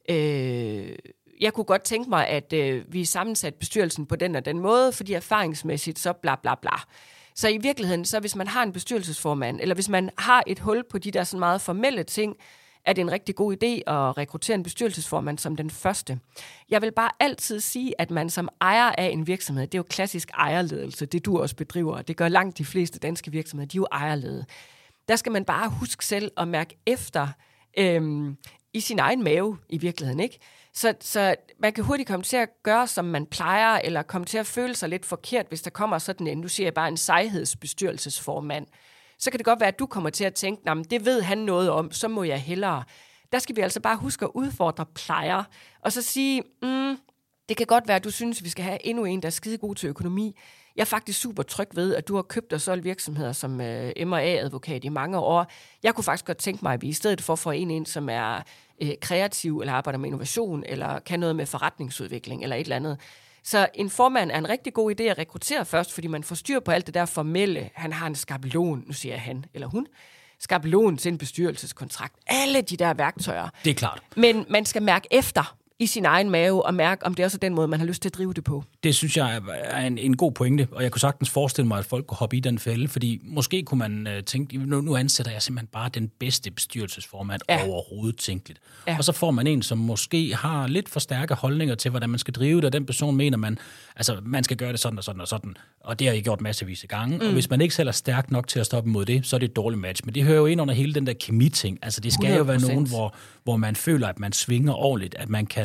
øh, jeg kunne godt tænke mig, at øh, vi sammensat bestyrelsen på den og den måde, fordi erfaringsmæssigt så bla bla bla. Så i virkeligheden, så hvis man har en bestyrelsesformand, eller hvis man har et hul på de der sådan meget formelle ting, er det en rigtig god idé at rekruttere en bestyrelsesformand som den første. Jeg vil bare altid sige, at man som ejer af en virksomhed, det er jo klassisk ejerledelse, det du også bedriver, det gør langt de fleste danske virksomheder, de er jo ejerledede. Der skal man bare huske selv at mærke efter øhm, i sin egen mave i virkeligheden, ikke? Så, så man kan hurtigt komme til at gøre, som man plejer, eller komme til at føle sig lidt forkert, hvis der kommer sådan en, nu siger jeg bare en sejhedsbestyrelsesformand. Så kan det godt være, at du kommer til at tænke, nej, det ved han noget om, så må jeg hellere. Der skal vi altså bare huske at udfordre plejer, og så sige, mm, det kan godt være, at du synes, at vi skal have endnu en, der er skide god til økonomi. Jeg er faktisk super tryg ved, at du har købt og solgt virksomheder som øh, M og A-advokat i mange år. Jeg kunne faktisk godt tænke mig, at vi i stedet for får en, en som er øh, kreativ, eller arbejder med innovation, eller kan noget med forretningsudvikling, eller et eller andet. Så en formand er en rigtig god idé at rekruttere først, fordi man får styr på alt det der formelle. Han har en skabelon, nu siger jeg han eller hun, skabelon til en bestyrelseskontrakt. Alle de der værktøjer. Det er klart. Men man skal mærke efter i sin egen mave, og mærke, om det også er den måde, man har lyst til at drive det på. Det synes jeg er en, en god pointe, og jeg kunne sagtens forestille mig, at folk kunne hoppe i den fælde, fordi måske kunne man uh, tænke, nu, nu ansætter jeg simpelthen bare den bedste bestyrelsesformand ja. overhovedet tænkeligt. Ja. Og så får man en, som måske har lidt for stærke holdninger til, hvordan man skal drive det, og den person mener, man, altså, man skal gøre det sådan og sådan og sådan, og det har I gjort massevis af gange, mm. og hvis man ikke selv er stærk nok til at stoppe mod det, så er det et dårligt match. Men det hører jo ind under hele den der kemi-ting. Altså det skal hundrede procent jo være nogen, hvor, hvor man føler, at man svinger ordentligt, at man kan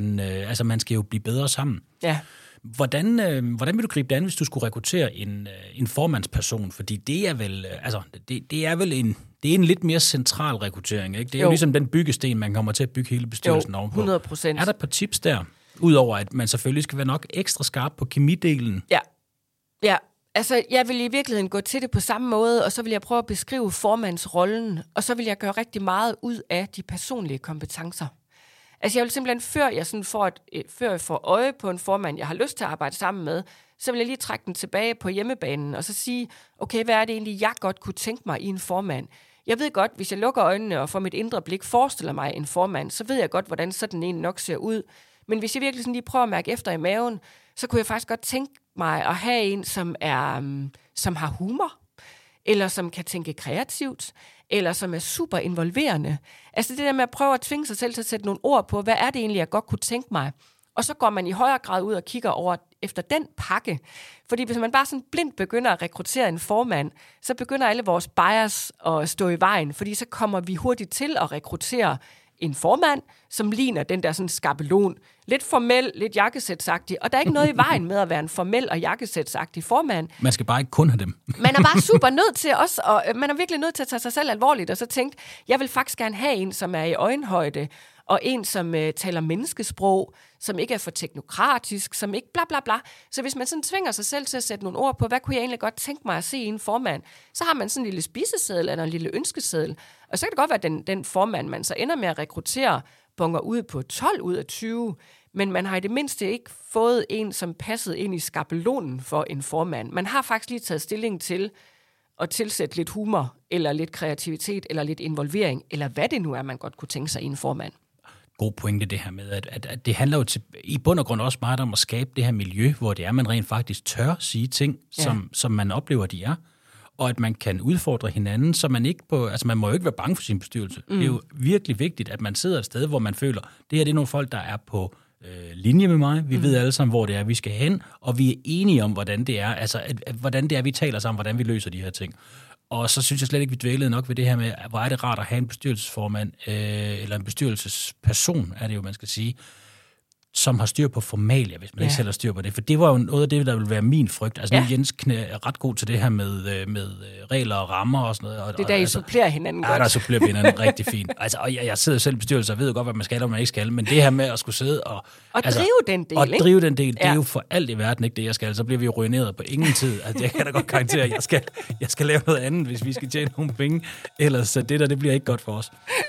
man, øh, altså, man skal jo blive bedre sammen. Ja. Hvordan, øh, hvordan vil du gribe det an, hvis du skulle rekruttere en, øh, en formandsperson? Fordi det er vel, øh, altså, det, det er vel en, det er en lidt mere central rekruttering, ikke? Det er jo, jo ligesom den byggesten, man kommer til at bygge hele bestyrelsen jo, ovenpå. hundrede procent. Er der et par tips der? Udover at man selvfølgelig skal være nok ekstra skarp på kemidelen. Ja, ja. Altså, jeg vil i virkeligheden gå til det på samme måde, og så vil jeg prøve at beskrive formandsrollen, og så vil jeg gøre rigtig meget ud af de personlige kompetencer. Altså, jeg vil simpelthen, før jeg, sådan får, et, før jeg får øje på en formand, jeg har lyst til at arbejde sammen med, så vil jeg lige trække den tilbage på hjemmebanen, og så sige, okay, hvad er det egentlig, jeg godt kunne tænke mig i en formand? Jeg ved godt, hvis jeg lukker øjnene og får mit indre blik forestiller mig en formand, så ved jeg godt, hvordan sådan en nok ser ud. Men hvis jeg virkelig sådan lige prøver at mærke efter i maven, så kunne jeg faktisk godt tænke mig at have en, som, er, um, som har humor, eller som kan tænke kreativt, eller som er super involverende. Altså det der med at prøve at tvinge sig selv til at sætte nogle ord på, hvad er det egentlig, jeg godt kunne tænke mig? Og så går man i højere grad ud og kigger over efter den pakke. Fordi hvis man bare sådan blindt begynder at rekruttere en formand, så begynder alle vores bias at stå i vejen, fordi så kommer vi hurtigt til at rekruttere en formand, som ligner den der sådan skabelon. Lidt formel, lidt jakkesætsagtig. Og der er ikke noget i vejen med at være en formel og jakkesætsagtig formand. Man skal bare ikke kun have dem. Man er bare super nødt til også, og man er virkelig nødt til at tage sig selv alvorligt, og så tænkt, jeg vil faktisk gerne have en, som er i øjenhøjde, og en, som øh, taler menneskesprog, som ikke er for teknokratisk, som ikke bla bla bla. Så hvis man sådan tvinger sig selv til at sætte nogle ord på, hvad kunne jeg egentlig godt tænke mig at se i en formand, så har man sådan en lille spiseseddel eller en lille ønskeseddel. Og så kan det godt være, at den, den formand, man så ender med at rekruttere, bonger ud på tolv ud af tyve, men man har i det mindste ikke fået en, som passede ind i skabelonen for en formand. Man har faktisk lige taget stilling til at tilsætte lidt humor, eller lidt kreativitet, eller lidt involvering, eller hvad det nu er, man godt kunne tænke sig i en formand. God pointe det her med, at, at, at det handler jo til, i bund og grund også meget om at skabe det her miljø, hvor det er, man rent faktisk tør sige ting, ja. som, som man oplever, de er, og at man kan udfordre hinanden, så man ikke på, altså man må jo ikke være bange for sin bestyrelse. Mm. Det er jo virkelig vigtigt, at man sidder et sted, hvor man føler, det her det er nogle folk, der er på øh, linje med mig, vi mm. ved alle sammen, hvor det er, vi skal hen, og vi er enige om, hvordan det er, altså at, at, hvordan det er, vi taler sammen, hvordan vi løser de her ting. Og så synes jeg slet ikke, vi dvælede nok ved det her med, hvor er det rart at have en bestyrelsesformand, øh, eller en bestyrelsesperson, er det jo, man skal sige, som har styr på formalia, hvis man ja. ikke selv har styr på det. For det var jo noget af det, der ville være min frygt. Altså ja. nu Jens Knæ er ret god til det her med, med regler og rammer og sådan noget. Og, det er der, I altså, supplerer hinanden ja, godt. Ja, der supplerer vi hinanden rigtig fint. Altså, og jeg, jeg sidder selv i bestyrelsen og ved godt, hvad man skal og man ikke skal. Men det her med at skulle sidde og... Og altså, drive den del, Og ikke? drive den del, ja. det er ja. jo for alt i verden ikke det, jeg skal. Så bliver vi jo ruineret på ingen tid. Altså, jeg kan da godt karaktere, jeg skal, jeg skal lave noget andet, hvis vi skal tjene nogle penge. Ellers så det der, det bliver ikke godt for os.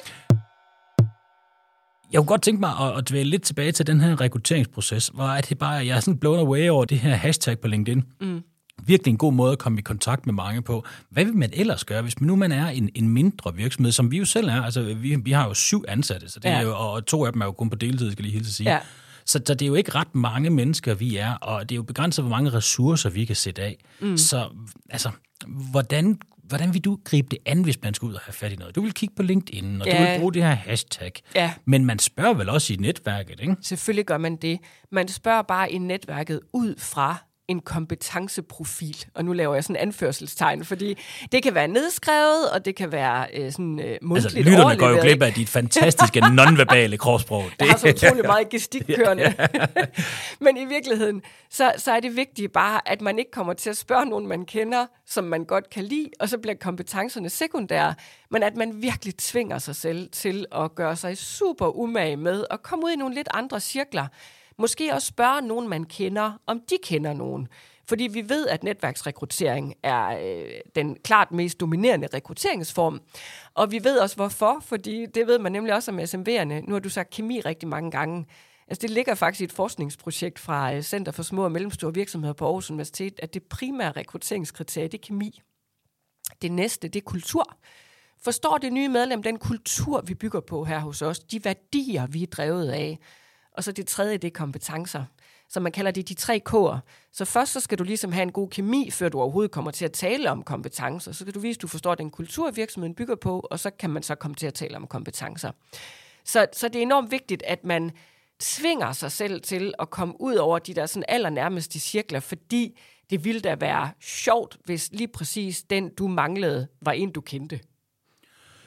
Jeg kunne godt tænke mig at, at dvæle lidt tilbage til den her rekrutteringsproces, hvor er det bare, jeg er sådan blown away over det her hashtag på LinkedIn. Mm. Virkelig en god måde at komme i kontakt med mange på. Hvad vil man ellers gøre, hvis nu man er en, en mindre virksomhed, som vi jo selv er? Altså, vi, vi har jo syv ansatte, så det ja. er jo, og to af dem er jo kun på deltid, skal jeg lige hilse at sige. Ja. Så, så det er jo ikke ret mange mennesker, vi er, og det er jo begrænset, hvor mange ressourcer vi kan sætte af. Mm. Så altså, hvordan... Hvordan vil du gribe det an, hvis man skal ud og have fat i noget? Du vil kigge på LinkedIn, og ja. du vil bruge det her hashtag. Ja. Men man spørger vel også i netværket, ikke? Selvfølgelig gør man det. Man spørger bare i netværket ud fra en kompetenceprofil. Og nu laver jeg sådan en anførselstegn, fordi det kan være nedskrevet, og det kan være øh, sådan øh, mundtligt altså, lytterne overleveret. Går jo glip af dit fantastiske nonverbale kropssprog. Jeg har så utrolig meget gestikkørende. Men i virkeligheden, så, så er det vigtigt bare, at man ikke kommer til at spørge nogen, man kender, som man godt kan lide, og så bliver kompetencerne sekundære, men at man virkelig tvinger sig selv til at gøre sig super umage med at komme ud i nogle lidt andre cirkler. Måske også spørge nogen, man kender, om de kender nogen. Fordi vi ved, at netværksrekruttering er øh, den klart mest dominerende rekrutteringsform. Og vi ved også, hvorfor. Fordi det ved man nemlig også om S M V'erne. Nu har du sagt kemi rigtig mange gange. Altså, det ligger faktisk i et forskningsprojekt fra Center for Små og Mellemstore Virksomheder på Aarhus Universitet, at det primære rekrutteringskriterie, det er kemi. Det næste, det er kultur. Forstår det nye medlem den kultur, vi bygger på her hos os? De værdier, vi er drevet af. Og så det tredje, det er kompetencer. Så man kalder det de tre K'er. Så først så skal du ligesom have en god kemi, før du overhovedet kommer til at tale om kompetencer. Så skal du vise, at du forstår den kultur, virksomheden bygger på, og så kan man så komme til at tale om kompetencer. Så, så det er enormt vigtigt, at man tvinger sig selv til at komme ud over de der sådan allernærmeste cirkler, fordi det ville da være sjovt, hvis lige præcis den, du manglede, var en, du kendte. Ikke?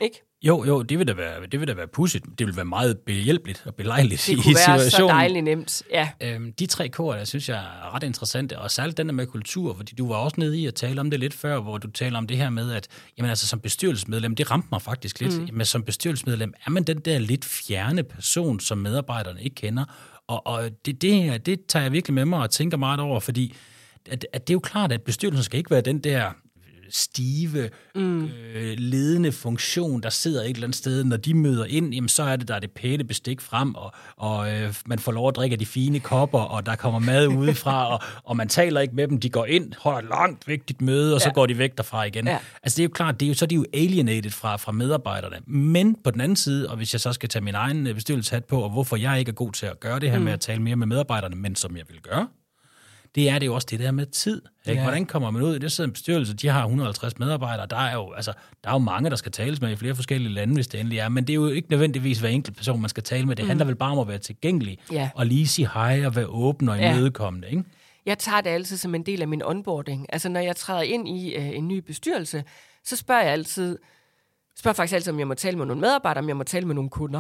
Jo, jo, det vil da være, det vil da være pudsigt. Det vil være meget behjælpeligt og belejligt i situationen. Det kunne være så dejligt nemt, ja. Øhm, de tre k'er, der synes jeg er ret interessante, og særligt den der med kultur, fordi du var også nede i at tale om det lidt før, hvor du taler om det her med, at jamen, altså, som bestyrelsesmedlem, det ramte mig faktisk lidt, mm. men som bestyrelsesmedlem er man den der lidt fjerne person, som medarbejderne ikke kender, og, og det, det, det tager jeg virkelig med mig og tænker meget over, fordi at, at det er jo klart, at bestyrelsen skal ikke være den der stive, mm. øh, ledende funktion, der sidder et eller andet sted. Når de møder ind, jamen, så er det, der er det pæne bestik frem, og, og øh, man får lov at drikke af de fine kopper, og der kommer mad udefra, og, og man taler ikke med dem. De går ind, holder et langt, vigtigt møde, og ja. så går de væk derfra igen. Ja. Altså, det er jo klart, det er jo, så er de jo alienated fra, fra medarbejderne. Men på den anden side, og hvis jeg så skal tage min egen bestyrelseshat på, og hvorfor jeg ikke er god til at gøre det her mm. med at tale mere med medarbejderne, men som jeg vil gøre, det er det jo også det der med tid. Ikke? Ja. Hvordan kommer man ud? Det sidder en bestyrelse, de har et hundrede og halvtreds medarbejdere. Der er, jo, altså, der er jo mange, der skal tales med i flere forskellige lande, hvis det endelig er. Men det er jo ikke nødvendigvis hver enkelt person, man skal tale med. Det mm. handler vel bare om at være tilgængelig, ja. og lige sige hej og være åben og imødekommende. Ikke? Jeg tager det altid som en del af min onboarding. Altså, når jeg træder ind i øh, en ny bestyrelse, så spørger jeg altid, spørger faktisk altid, om jeg må tale med nogle medarbejdere, om jeg må tale med nogle kunder.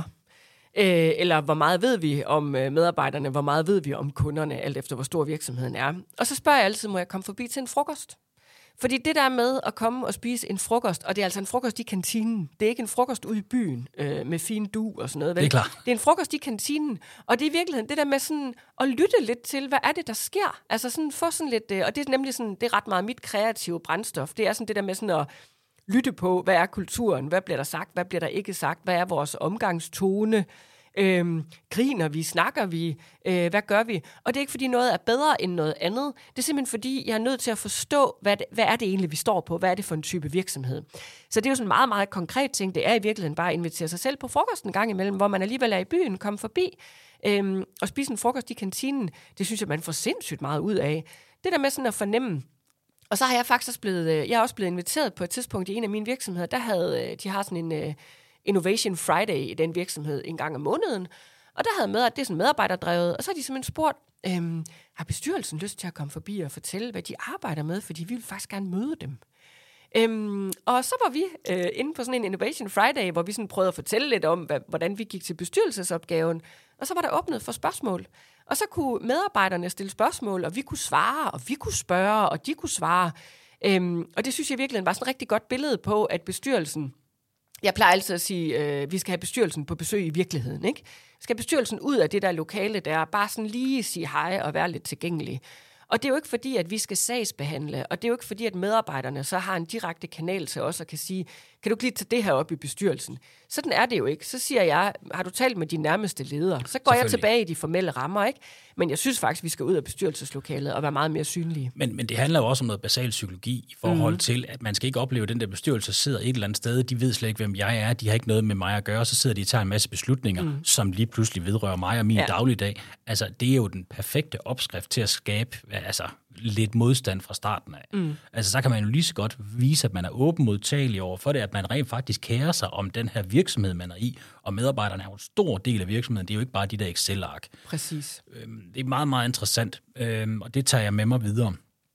Øh, eller hvor meget ved vi om øh, medarbejderne, hvor meget ved vi om kunderne, alt efter hvor stor virksomheden er. Og så spørger jeg altid, må jeg komme forbi til en frokost? Fordi det der med at komme og spise en frokost, og det er altså en frokost i kantinen, det er ikke en frokost ude i byen øh, med fin du og sådan noget. Vel? Det er klart. Det er en frokost i kantinen, og det er i virkeligheden det der med sådan at lytte lidt til, hvad er det, der sker? Altså sådan få sådan lidt, øh, og det er nemlig sådan, det er ret meget mit kreative brændstof, det er sådan det der med sådan at lytte på, hvad er kulturen, hvad bliver der sagt, hvad bliver der ikke sagt, hvad er vores omgangstone, øhm, griner vi, snakker vi, øh, hvad gør vi? Og det er ikke, fordi noget er bedre end noget andet, det er simpelthen, fordi jeg er nødt til at forstå, hvad, det, hvad er det egentlig, vi står på, hvad er det for en type virksomhed. Så det er jo sådan en meget, meget konkret ting, det er i virkeligheden bare at invitere sig selv på frokost en gang imellem, hvor man alligevel er i byen, komme forbi øhm, og spise en frokost i kantinen, det synes jeg, man får sindssygt meget ud af. Det der med sådan at fornemme. Og så har jeg faktisk også blevet, jeg er også blevet inviteret på et tidspunkt i en af mine virksomheder, der havde, de har sådan en uh, Innovation Friday i den virksomhed en gang om måneden, og der havde med, at det er sådan medarbejderdrevet, og så har de simpelthen spurgt, øhm, har bestyrelsen lyst til at komme forbi og fortælle, hvad de arbejder med, fordi vi vil faktisk gerne møde dem. Øhm, og så var vi øh, inde på sådan en Innovation Friday, hvor vi sådan prøvede at fortælle lidt om, hvad, hvordan vi gik til bestyrelsesopgaven, og så var der åbnet for spørgsmål. Og så kunne medarbejderne stille spørgsmål, og vi kunne svare, og vi kunne spørge, og de kunne svare. Øhm, og det synes jeg virkelig var sådan et rigtig godt billede på, at bestyrelsen, jeg plejer altid at sige, øh, vi skal have bestyrelsen på besøg i virkeligheden, ikke? Skal bestyrelsen ud af det der lokale der, bare sådan lige sige hej og være lidt tilgængelig. Og det er jo ikke fordi, at vi skal sagsbehandle, og det er jo ikke fordi, at medarbejderne så har en direkte kanal til os og kan sige, kan du ikke lige tage det her op i bestyrelsen? Sådan er det jo ikke. Så siger jeg, har du talt med de nærmeste ledere? Så går jeg tilbage i de formelle rammer, ikke? Men jeg synes faktisk, vi skal ud af bestyrelseslokalet og være meget mere synlige. Men, men det handler jo også om noget basal psykologi i forhold mm. til, at man skal ikke opleve, at den der bestyrelse sidder et eller andet sted. De ved slet ikke, hvem jeg er. De har ikke noget med mig at gøre. Så sidder de og tager en masse beslutninger, mm. som lige pludselig vedrører mig og min ja. dagligdag. Altså, det er jo den perfekte opskrift til at skabe altså, lidt modstand fra starten af. Mm. Altså, så kan man jo lige så godt vise, at man er åben modtagelig over for det, at man rent faktisk kærer sig om den her virksomhed, man er i, og medarbejderne er jo en stor del af virksomheden. Det er jo ikke bare de der Excel-ark. Præcis. Øhm, det er meget, meget interessant, øhm, og det tager jeg med mig videre.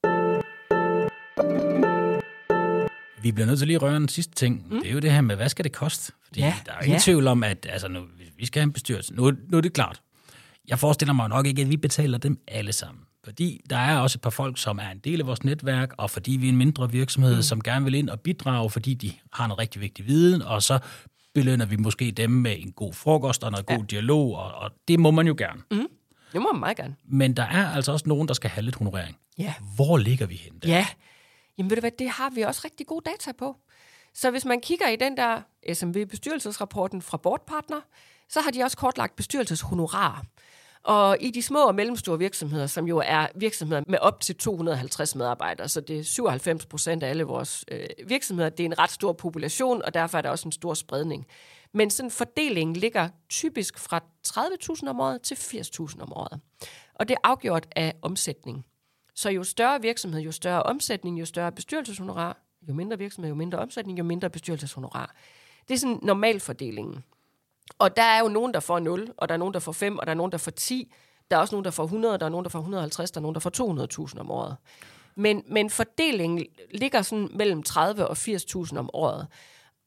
Vi bliver nødt til lige at røre en sidste ting. Mm. Det er jo det her med, hvad skal det koste? Fordi ja. der er ingen ja. tvivl om, at altså, nu, vi skal have en bestyrelse. Nu, nu er det klart. Jeg forestiller mig nok ikke, at vi betaler dem alle sammen. Fordi der er også et par folk, som er en del af vores netværk, og fordi vi er en mindre virksomhed, mm. som gerne vil ind og bidrage, fordi de har en rigtig vigtig viden, og så belønner vi måske dem med en god frokost og noget ja. god dialog, og, og det må man jo gerne. Mm. Det må man meget gerne. Men der er altså også nogen, der skal have lidt honorering. Ja. Hvor ligger vi hen der? Ja, jamen ved du hvad, det har vi også rigtig gode data på. Så hvis man kigger i den der S M V-bestyrelsesrapporten fra Boardpartner, så har de også kortlagt bestyrelseshonorar. Og i de små og mellemstore virksomheder, som jo er virksomheder med op til to hundrede og halvtreds medarbejdere, så det er syvoghalvfems procent af alle vores øh, virksomheder, det er en ret stor population, og derfor er der også en stor spredning. Men sådan fordelingen ligger typisk fra tredive tusind om året til firs tusind om året. Og det er afgjort af omsætning. Så jo større virksomhed, jo større omsætning, jo større bestyrelseshonorar, jo mindre virksomhed, jo mindre omsætning, jo mindre bestyrelseshonorar. Det er sådan normalfordelingen. Og der er jo nogen, der får nul, og der er nogen, der får fem, og der er nogen, der får ti. Der er også nogen, der får hundrede, der er nogen, der får et hundrede og halvtreds, der er nogen, der får to hundrede tusind om året. Men, men fordelingen ligger sådan mellem tredive og firs tusind om året.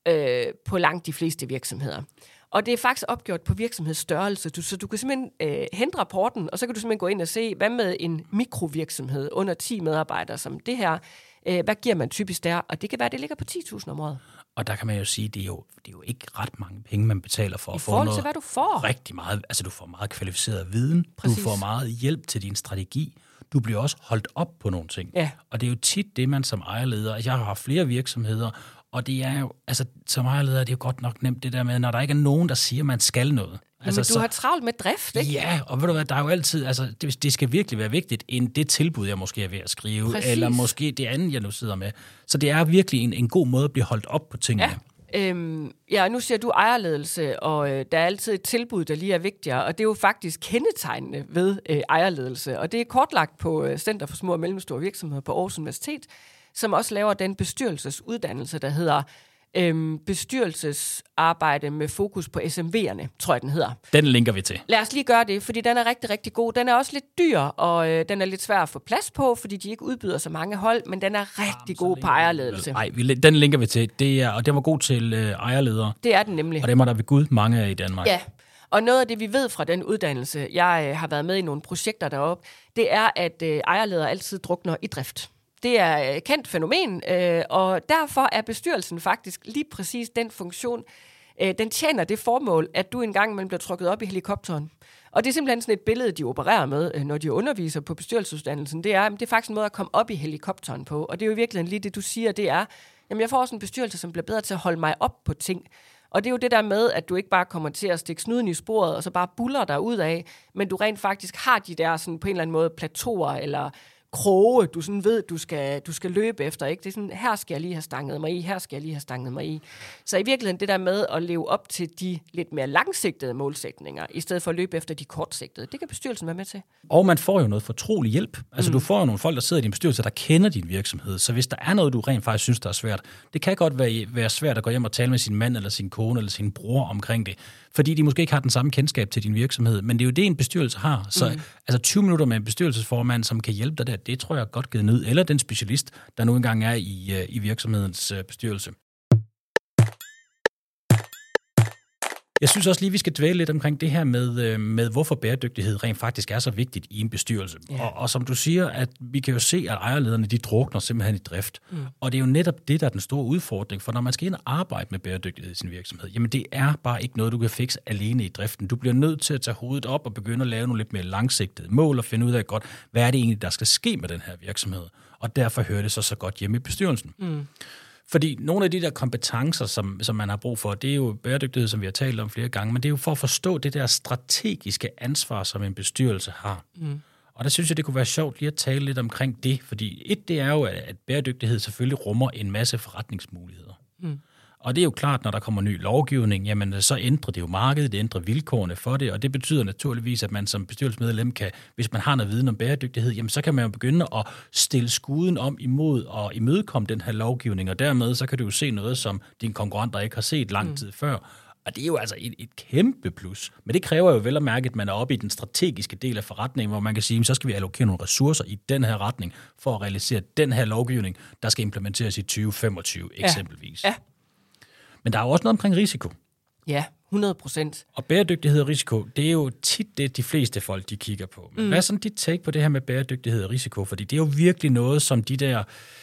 øh, på langt de fleste virksomheder. Og det er faktisk opgjort på virksomhedsstørrelse, du, så du kan simpelthen øh, hente rapporten, og så kan du simpelthen gå ind og se, hvad med en mikrovirksomhed under ti medarbejdere som det her, øh, hvad giver man typisk der? Og det kan være, at det ligger på ti tusind om året. Og der kan man jo sige, det er jo, det er jo ikke ret mange penge, man betaler for I at få forhold noget. til, hvad du får. Rigtig meget. Altså, du får meget kvalificeret viden. Præcis. Du får meget hjælp til din strategi. Du bliver også holdt op på nogle ting. Ja. Og det er jo tit det, man som ejerleder... Jeg har haft flere virksomheder, og det er jo... Altså, som ejerleder er det jo godt nok nemt det der med, når der ikke er nogen, der siger, at man skal noget. Altså, men du så, har travlt med drift, ikke? Ja, og ved du hvad, der er jo altid... Altså, det, det skal virkelig være vigtigt, end det tilbud, jeg måske er ved at skrive, Præcis. eller måske det andet, jeg nu sidder med. Så det er virkelig en, en god måde at blive holdt op på tingene. Ja. Øhm, ja, nu siger du ejerledelse, og øh, der er altid et tilbud, der lige er vigtigere, og det er jo faktisk kendetegnende ved øh, ejerledelse, og det er kortlagt på øh, Center for Små og Mellemstore Virksomheder på Aarhus Universitet, som også laver den bestyrelsesuddannelse, der hedder øhm, bestyrelsesarbejde med fokus på S M V'erne, tror jeg, den hedder. Den linker vi til. Lad os lige gøre det, fordi den er rigtig, rigtig god. Den er også lidt dyr, og øh, den er lidt svær at få plads på, fordi de ikke udbyder så mange hold, men den er rigtig Jamen, god på ejerledelse. Nej, den linker vi til. Det er, og den var god til øh, ejerledere. Det er den nemlig. Og dem er der ved Gud mange af i Danmark. Ja, og noget af det, vi ved fra den uddannelse, jeg øh, har været med i nogle projekter deroppe, det er, at øh, ejerledere altid drukner i drift. Det er et kendt fænomen, øh, og derfor er bestyrelsen faktisk lige præcis den funktion, øh, den tjener det formål, at du engang man bliver trukket op i helikopteren. Og det er simpelthen sådan et billede, de opererer med, øh, når de underviser på bestyrelsesuddannelsen. Det er, det er faktisk en måde at komme op i helikopteren på, og det er jo virkelig lige det, du siger, det er, jamen jeg får også en bestyrelse, som bliver bedre til at holde mig op på ting. Og det er jo det der med, at du ikke bare kommer til at stikke snuden i sporet, og så bare buller dig ud af, men du rent faktisk har de der sådan på en eller anden måde plateauer, eller kroge, du sådan ved, du skal, du skal løbe efter, ikke? Det er sådan, her skal jeg lige have stanget mig i, her skal jeg lige have stanget mig i. Så i virkeligheden det der med at leve op til de lidt mere langsigtede målsætninger, i stedet for at løbe efter de kortsigtede, det kan bestyrelsen være med til. Og man får jo noget fortrolig hjælp. Altså mm. du får jo nogle folk, der sidder i din bestyrelse, der kender din virksomhed. Så hvis der er noget, du rent faktisk synes, der er svært, det kan godt være, være svært at gå hjem og tale med sin mand, eller sin kone, eller sin bror omkring det. Fordi de måske ikke har den samme kendskab til din virksomhed. Men det er jo det, en bestyrelse har. Så mm. altså tyve minutter med en bestyrelsesformand, som kan hjælpe dig der, det tror jeg er godt givet ned. Eller den specialist, der nu engang er i, i virksomhedens bestyrelse. Jeg synes også lige, vi skal dvæle lidt omkring det her med, med hvorfor bæredygtighed rent faktisk er så vigtigt i en bestyrelse. Yeah. Og, og som du siger, at vi kan jo se, at ejerlederne de drukner simpelthen i drift. Mm. Og det er jo netop det, der er den store udfordring, for når man skal ind og arbejde med bæredygtighed i sin virksomhed, jamen det er bare ikke noget, du kan fikse alene i driften. Du bliver nødt til at tage hovedet op og begynde at lave nogle lidt mere langsigtede mål og finde ud af godt, hvad er det egentlig, der skal ske med den her virksomhed. Og derfor hører det så så godt hjemme i bestyrelsen. Mm. Fordi nogle af de der kompetencer, som, som man har brug for, det er jo bæredygtighed, som vi har talt om flere gange, men det er jo for at forstå det der strategiske ansvar, som en bestyrelse har. Mm. Og der synes jeg, det kunne være sjovt lige at tale lidt omkring det, fordi et, det er jo, at bæredygtighed selvfølgelig rummer en masse forretningsmuligheder. Mm. Og det er jo klart, når der kommer ny lovgivning, jamen så ændrer det jo markedet, det ændrer vilkårene for det, og det betyder naturligvis, at man som bestyrelsesmedlem kan, hvis man har noget viden om bæredygtighed, jamen så kan man jo begynde at stille skuden om imod og imødekomme den her lovgivning, og dermed så kan du jo se noget, som dine konkurrenter ikke har set lang tid mm. før. Og det er jo altså et, et kæmpe plus. Men det kræver jo vel at mærke, at man er oppe i den strategiske del af forretningen, hvor man kan sige, så skal vi allokere nogle ressourcer i den her retning, for at realisere den her lovgivning, der skal implementeres i tyve femogtyve eksempelvis. Ja. Ja. Men der er jo også noget omkring risiko. Ja, hundrede procent. Og bæredygtighed og risiko, det er jo tit det, de fleste folk, de kigger på. Men mm. hvad er sådan dit take på det her med bæredygtighed og risiko? Fordi det er jo virkelig noget, som de der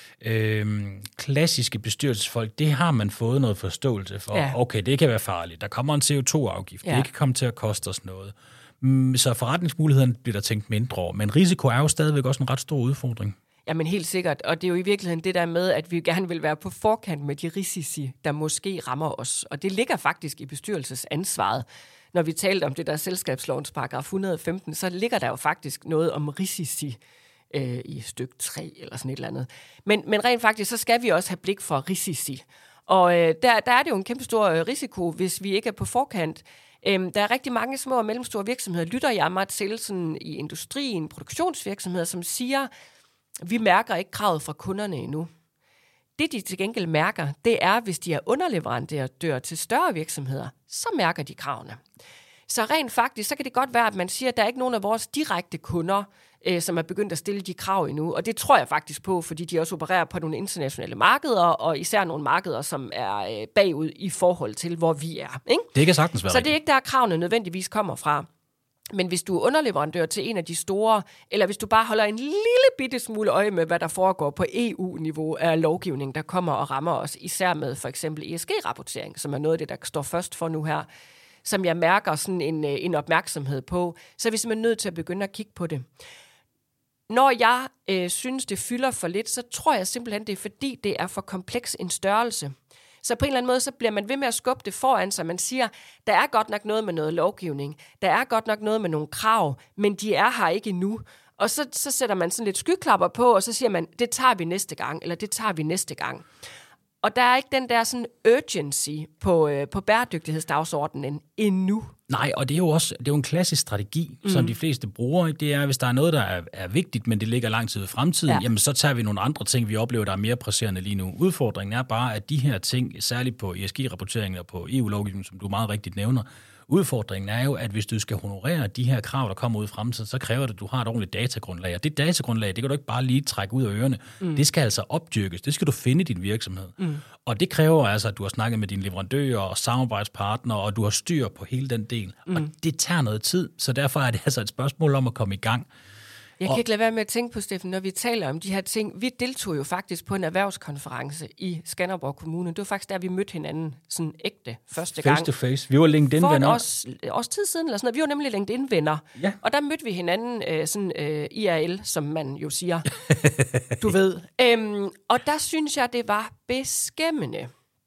øh, klassiske bestyrelsesfolk, det har man fået noget forståelse for. Ja. Okay, det kan være farligt. Der kommer en C O to afgift. Ja. Det kan komme til at koste os noget. Så forretningsmulighederne bliver der tænkt mindre over. Men risiko er jo stadigvæk også en ret stor udfordring. Jamen helt sikkert, og det er jo i virkeligheden det der med, at vi gerne vil være på forkant med de risici, der måske rammer os. Og det ligger faktisk i bestyrelsesansvaret. Når vi talte om det der selskabslovens paragraf et hundrede og femten, så ligger der jo faktisk noget om risici øh, i stykke tre eller sådan et eller andet. Men, men rent faktisk, så skal vi også have blik for risici. Og øh, der, der er det jo en kæmpe stor øh, risiko, hvis vi ikke er på forkant. Øhm, der er rigtig mange små og mellemstore virksomheder, lytter jeg mig til sådan i industrien, produktionsvirksomheder, som siger, vi mærker ikke kravet fra kunderne endnu. Det, de til gengæld mærker, det er, hvis de er underleverandører til større virksomheder, så mærker de kravene. Så rent faktisk, så kan det godt være, at man siger, at der er ikke nogen af vores direkte kunder, øh, som er begyndt at stille de krav endnu. Og det tror jeg faktisk på, fordi de også opererer på nogle internationale markeder, og især nogle markeder, som er øh, bagud i forhold til, hvor vi er. Ikke? Det kan sagtens være Så det er ikke der, kravene nødvendigvis kommer fra. Men hvis du er underleverandør til en af de store, eller hvis du bare holder en lille bitte smule øje med, hvad der foregår på E U-niveau af lovgivning, der kommer og rammer os, især med for eksempel E S G-rapportering, som er noget af det, der står først for nu her, som jeg mærker sådan en, en opmærksomhed på, så er vi simpelthen nødt til at begynde at kigge på det. Når jeg øh, synes, det fylder for lidt, så tror jeg simpelthen, det er fordi, det er for kompleks en størrelse. Så på en eller anden måde, så bliver man ved med at skubbe det foran sig. Man siger, der er godt nok noget med noget lovgivning, der er godt nok noget med nogle krav, men de er her ikke endnu. Og så, så sætter man sådan lidt skyklapper på, og så siger man, det tager vi næste gang, eller det tager vi næste gang. Og der er ikke den der sådan urgency på, øh, på bæredygtighedsdagsordenen endnu. Nej, og det er jo også det er jo en klassisk strategi, mm. som de fleste bruger. Det er, hvis der er noget, der er, er vigtigt, men det ligger lang tid i fremtiden, ja. Jamen så tager vi nogle andre ting, vi oplever, der er mere presserende lige nu. Udfordringen er bare, at de her ting, særligt på E S G-rapporteringen og på E U-lovgivningen, som du meget rigtigt nævner, udfordringen er jo, at hvis du skal honorere de her krav, der kommer ud i fremtiden, så kræver det, at du har et ordentligt datagrundlag. Og det datagrundlag, det kan du ikke bare lige trække ud af ørerne. Mm. Det skal altså opdyrkes. Det skal du finde i din virksomhed. Mm. Og det kræver altså, at du har snakket med dine leverandører og samarbejdspartnere, og du har styr på hele den del. Mm. Og det tager noget tid, så derfor er det altså et spørgsmål om at komme i gang. Jeg kan ikke lade være med at tænke på, Steffen, når vi taler om de her ting. Vi deltog jo faktisk på en erhvervskonference i Skanderborg Kommune. Det var faktisk der, vi mødte hinanden sådan ægte første gang. Face to face. Vi var LinkedIn-venner. For et års, års tid siden, eller sådan noget. Vi var nemlig LinkedIn-venner. Ja. Og der mødte vi hinanden øh, sådan øh, I R L, som man jo siger. Du ved. Æm, og der synes jeg, det var beskæmmende.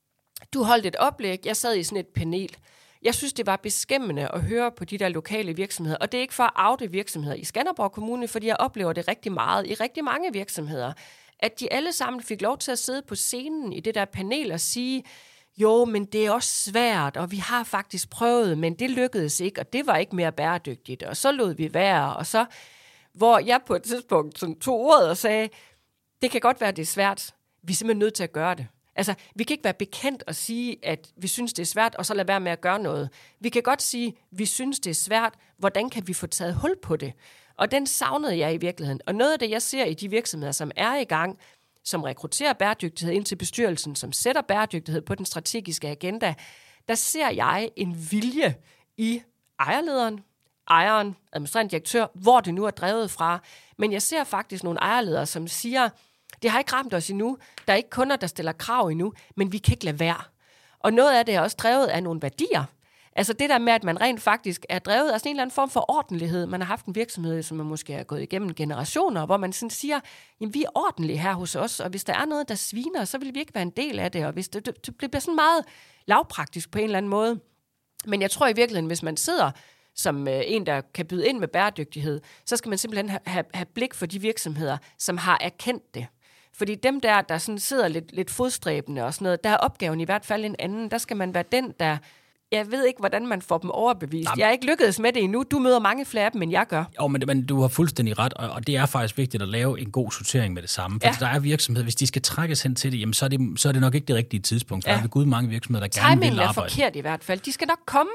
Du holdt et oplæg. Jeg sad i sådan et panel. Jeg synes, det var beskæmmende at høre på de der lokale virksomheder, og det er ikke for at oute virksomheder i Skanderborg Kommune, fordi jeg oplever det rigtig meget i rigtig mange virksomheder, at de alle sammen fik lov til at sidde på scenen i det der panel og sige, jo, men det er også svært, og vi har faktisk prøvet, men det lykkedes ikke, og det var ikke mere bæredygtigt, og så lod vi være, og så, hvor jeg på et tidspunkt sådan tog ordet og sagde, det kan godt være, det er svært, vi er simpelthen nødt til at gøre det. Altså, vi kan ikke være bekendt at sige, at vi synes, det er svært, og så lade være med at gøre noget. Vi kan godt sige, at vi synes, det er svært. Hvordan kan vi få taget hul på det? Og den savnede jeg i virkeligheden. Og noget af det, jeg ser i de virksomheder, som er i gang, som rekrutterer bæredygtighed ind til bestyrelsen, som sætter bæredygtighed på den strategiske agenda, der ser jeg en vilje i ejerlederen, ejeren, administrerende direktør, hvor det nu er drevet fra. Men jeg ser faktisk nogle ejerledere, som siger, det har ikke ramt os endnu. Der er ikke kunder, der stiller krav endnu, men vi kan ikke lade være. Og noget af det er også drevet af nogle værdier. Altså det der med, at man rent faktisk er drevet af sådan en eller anden form for ordentlighed. Man har haft en virksomhed, som man måske er gået igennem generationer, hvor man sådan siger, jamen vi er ordentlige her hos os, og hvis der er noget, der sviner, så vil vi ikke være en del af det. Og hvis det, det, det bliver sådan meget lavpraktisk på en eller anden måde. Men jeg tror i virkeligheden, hvis man sidder som øh, en, der kan byde ind med bæredygtighed, så skal man simpelthen have, have, have blik for de virksomheder, som har erkendt det. Fordi dem der, der sådan sidder lidt, lidt fodstræbende og sådan noget, der er opgaven i hvert fald en anden. Der skal man være den, der... Jeg ved ikke, hvordan man får dem overbevist. Jamen. Jeg er ikke lykkedes med det endnu. Du møder mange flere af dem, end jeg gør. Jo, men, men du har fuldstændig ret, og, og det er faktisk vigtigt at lave en god sortering med det samme. For ja. Der er virksomheder, hvis de skal trækkes hen til det, jamen, så, er det, så er det nok ikke det rigtige tidspunkt. For ja. Der er ved Gud mange virksomheder, der gerne vil arbejde. Timingen er forkert i hvert fald. De skal nok komme.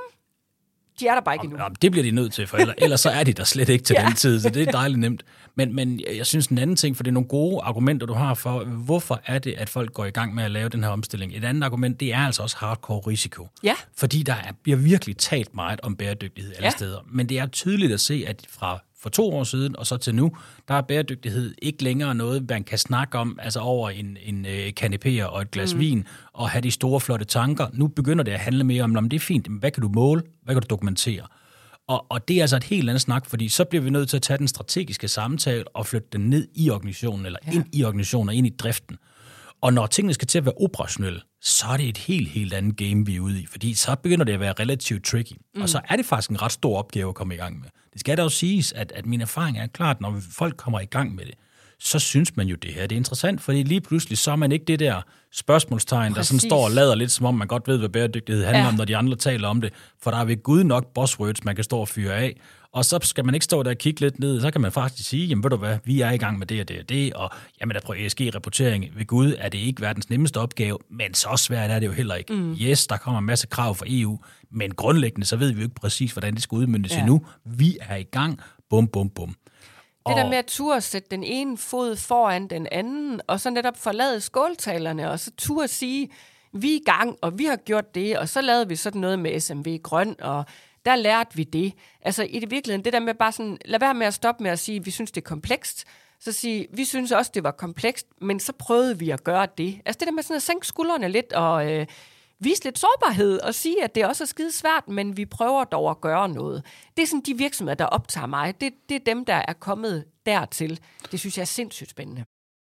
De er der bare ikke endnu. Jamen, det bliver de nødt til, for ellers, ellers så er de der slet ikke til ja. Den tid, så det er dejligt nemt. Men, men jeg synes en anden ting, for det er nogle gode argumenter, du har for, hvorfor er det, at folk går i gang med at lave den her omstilling. Et andet argument, det er altså også hardcore risiko. Ja. Fordi der er, bliver virkelig talt meget om bæredygtighed alle ja. Steder. Men det er tydeligt at se, at fra for to år siden og så til nu, der er bæredygtighed ikke længere noget, man kan snakke om, altså over en, en øh, kanapé og et glas mm. vin, og have de store, flotte tanker. Nu begynder det at handle mere om, om det er fint, hvad kan du måle, hvad kan du dokumentere? Og, og det er altså et helt andet snak, fordi så bliver vi nødt til at tage den strategiske samtale og flytte den ned i organisationen, eller ja. Ind i organisationen og ind i driften. Og når tingene skal til at være operationelle, så er det et helt, helt andet game, vi er ude i, fordi så begynder det at være relativt tricky. Mm. Og så er det faktisk en ret stor opgave at komme i gang med. Det skal da også siges, at, at min erfaring er klart, når folk kommer i gang med det, så synes man jo, det her det er interessant, fordi lige pludselig så er man ikke det der spørgsmålstegn, Præcis. Der sådan står og lader lidt, som om man godt ved, hvad bæredygtighed handler ja. Om, når de andre taler om det, for der er ved Gud nok buzzwords, man kan stå og fyre af, Og så skal man ikke stå der og kigge lidt ned, så kan man faktisk sige, jamen ved du hvad, vi er i gang med det og det og det, og jamen der på E S G-rapportering ved Gud er det ikke verdens nemmeste opgave, men så svært er det jo heller ikke. Mm. Yes, der kommer en masse krav fra E U, men grundlæggende så ved vi jo ikke præcis, hvordan det skal udmøntes ja. endnu. Vi er i gang, bum, bum, bum. Det der med at turde sætte den ene fod foran den anden, og så netop forlade skåltalerne, og så turde sige, vi er i gang, og vi har gjort det, og så lavede vi sådan noget med S M V Grøn, og der lærte vi det. Altså i det virkeligheden, det der med bare sådan, lad være med at stoppe med at sige, vi synes det er komplekst, så sige, vi synes også det var komplekst, men så prøvede vi at gøre det. Altså det der med sådan at sænke skuldrene lidt, og øh, vise lidt sårbarhed, og sige, at det også er skide svært, men vi prøver dog at gøre noget. Det er sådan de virksomheder, der optager mig. Det, det er dem, der er kommet dertil. Det synes jeg er sindssygt spændende.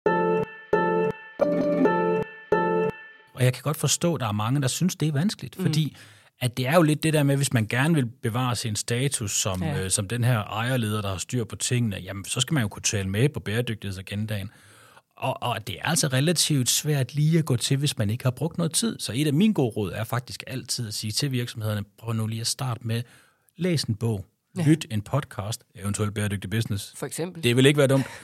Og jeg kan godt forstå, at der er mange, der synes, det er vanskeligt, mm. fordi at det er jo lidt det der med, hvis man gerne vil bevare sin status som, ja. øh, som den her ejerleder, der har styr på tingene, jamen så skal man jo kunne tale med på bæredygtighedsagendaen. Og, og det er altså relativt svært lige at gå til, hvis man ikke har brugt noget tid. Så et af mine gode råd er faktisk altid at sige til virksomhederne, prøv nu lige at starte med, læs en bog, ja. lyt en podcast, eventuelt bæredygtig business. For eksempel. Det vil ikke være dumt.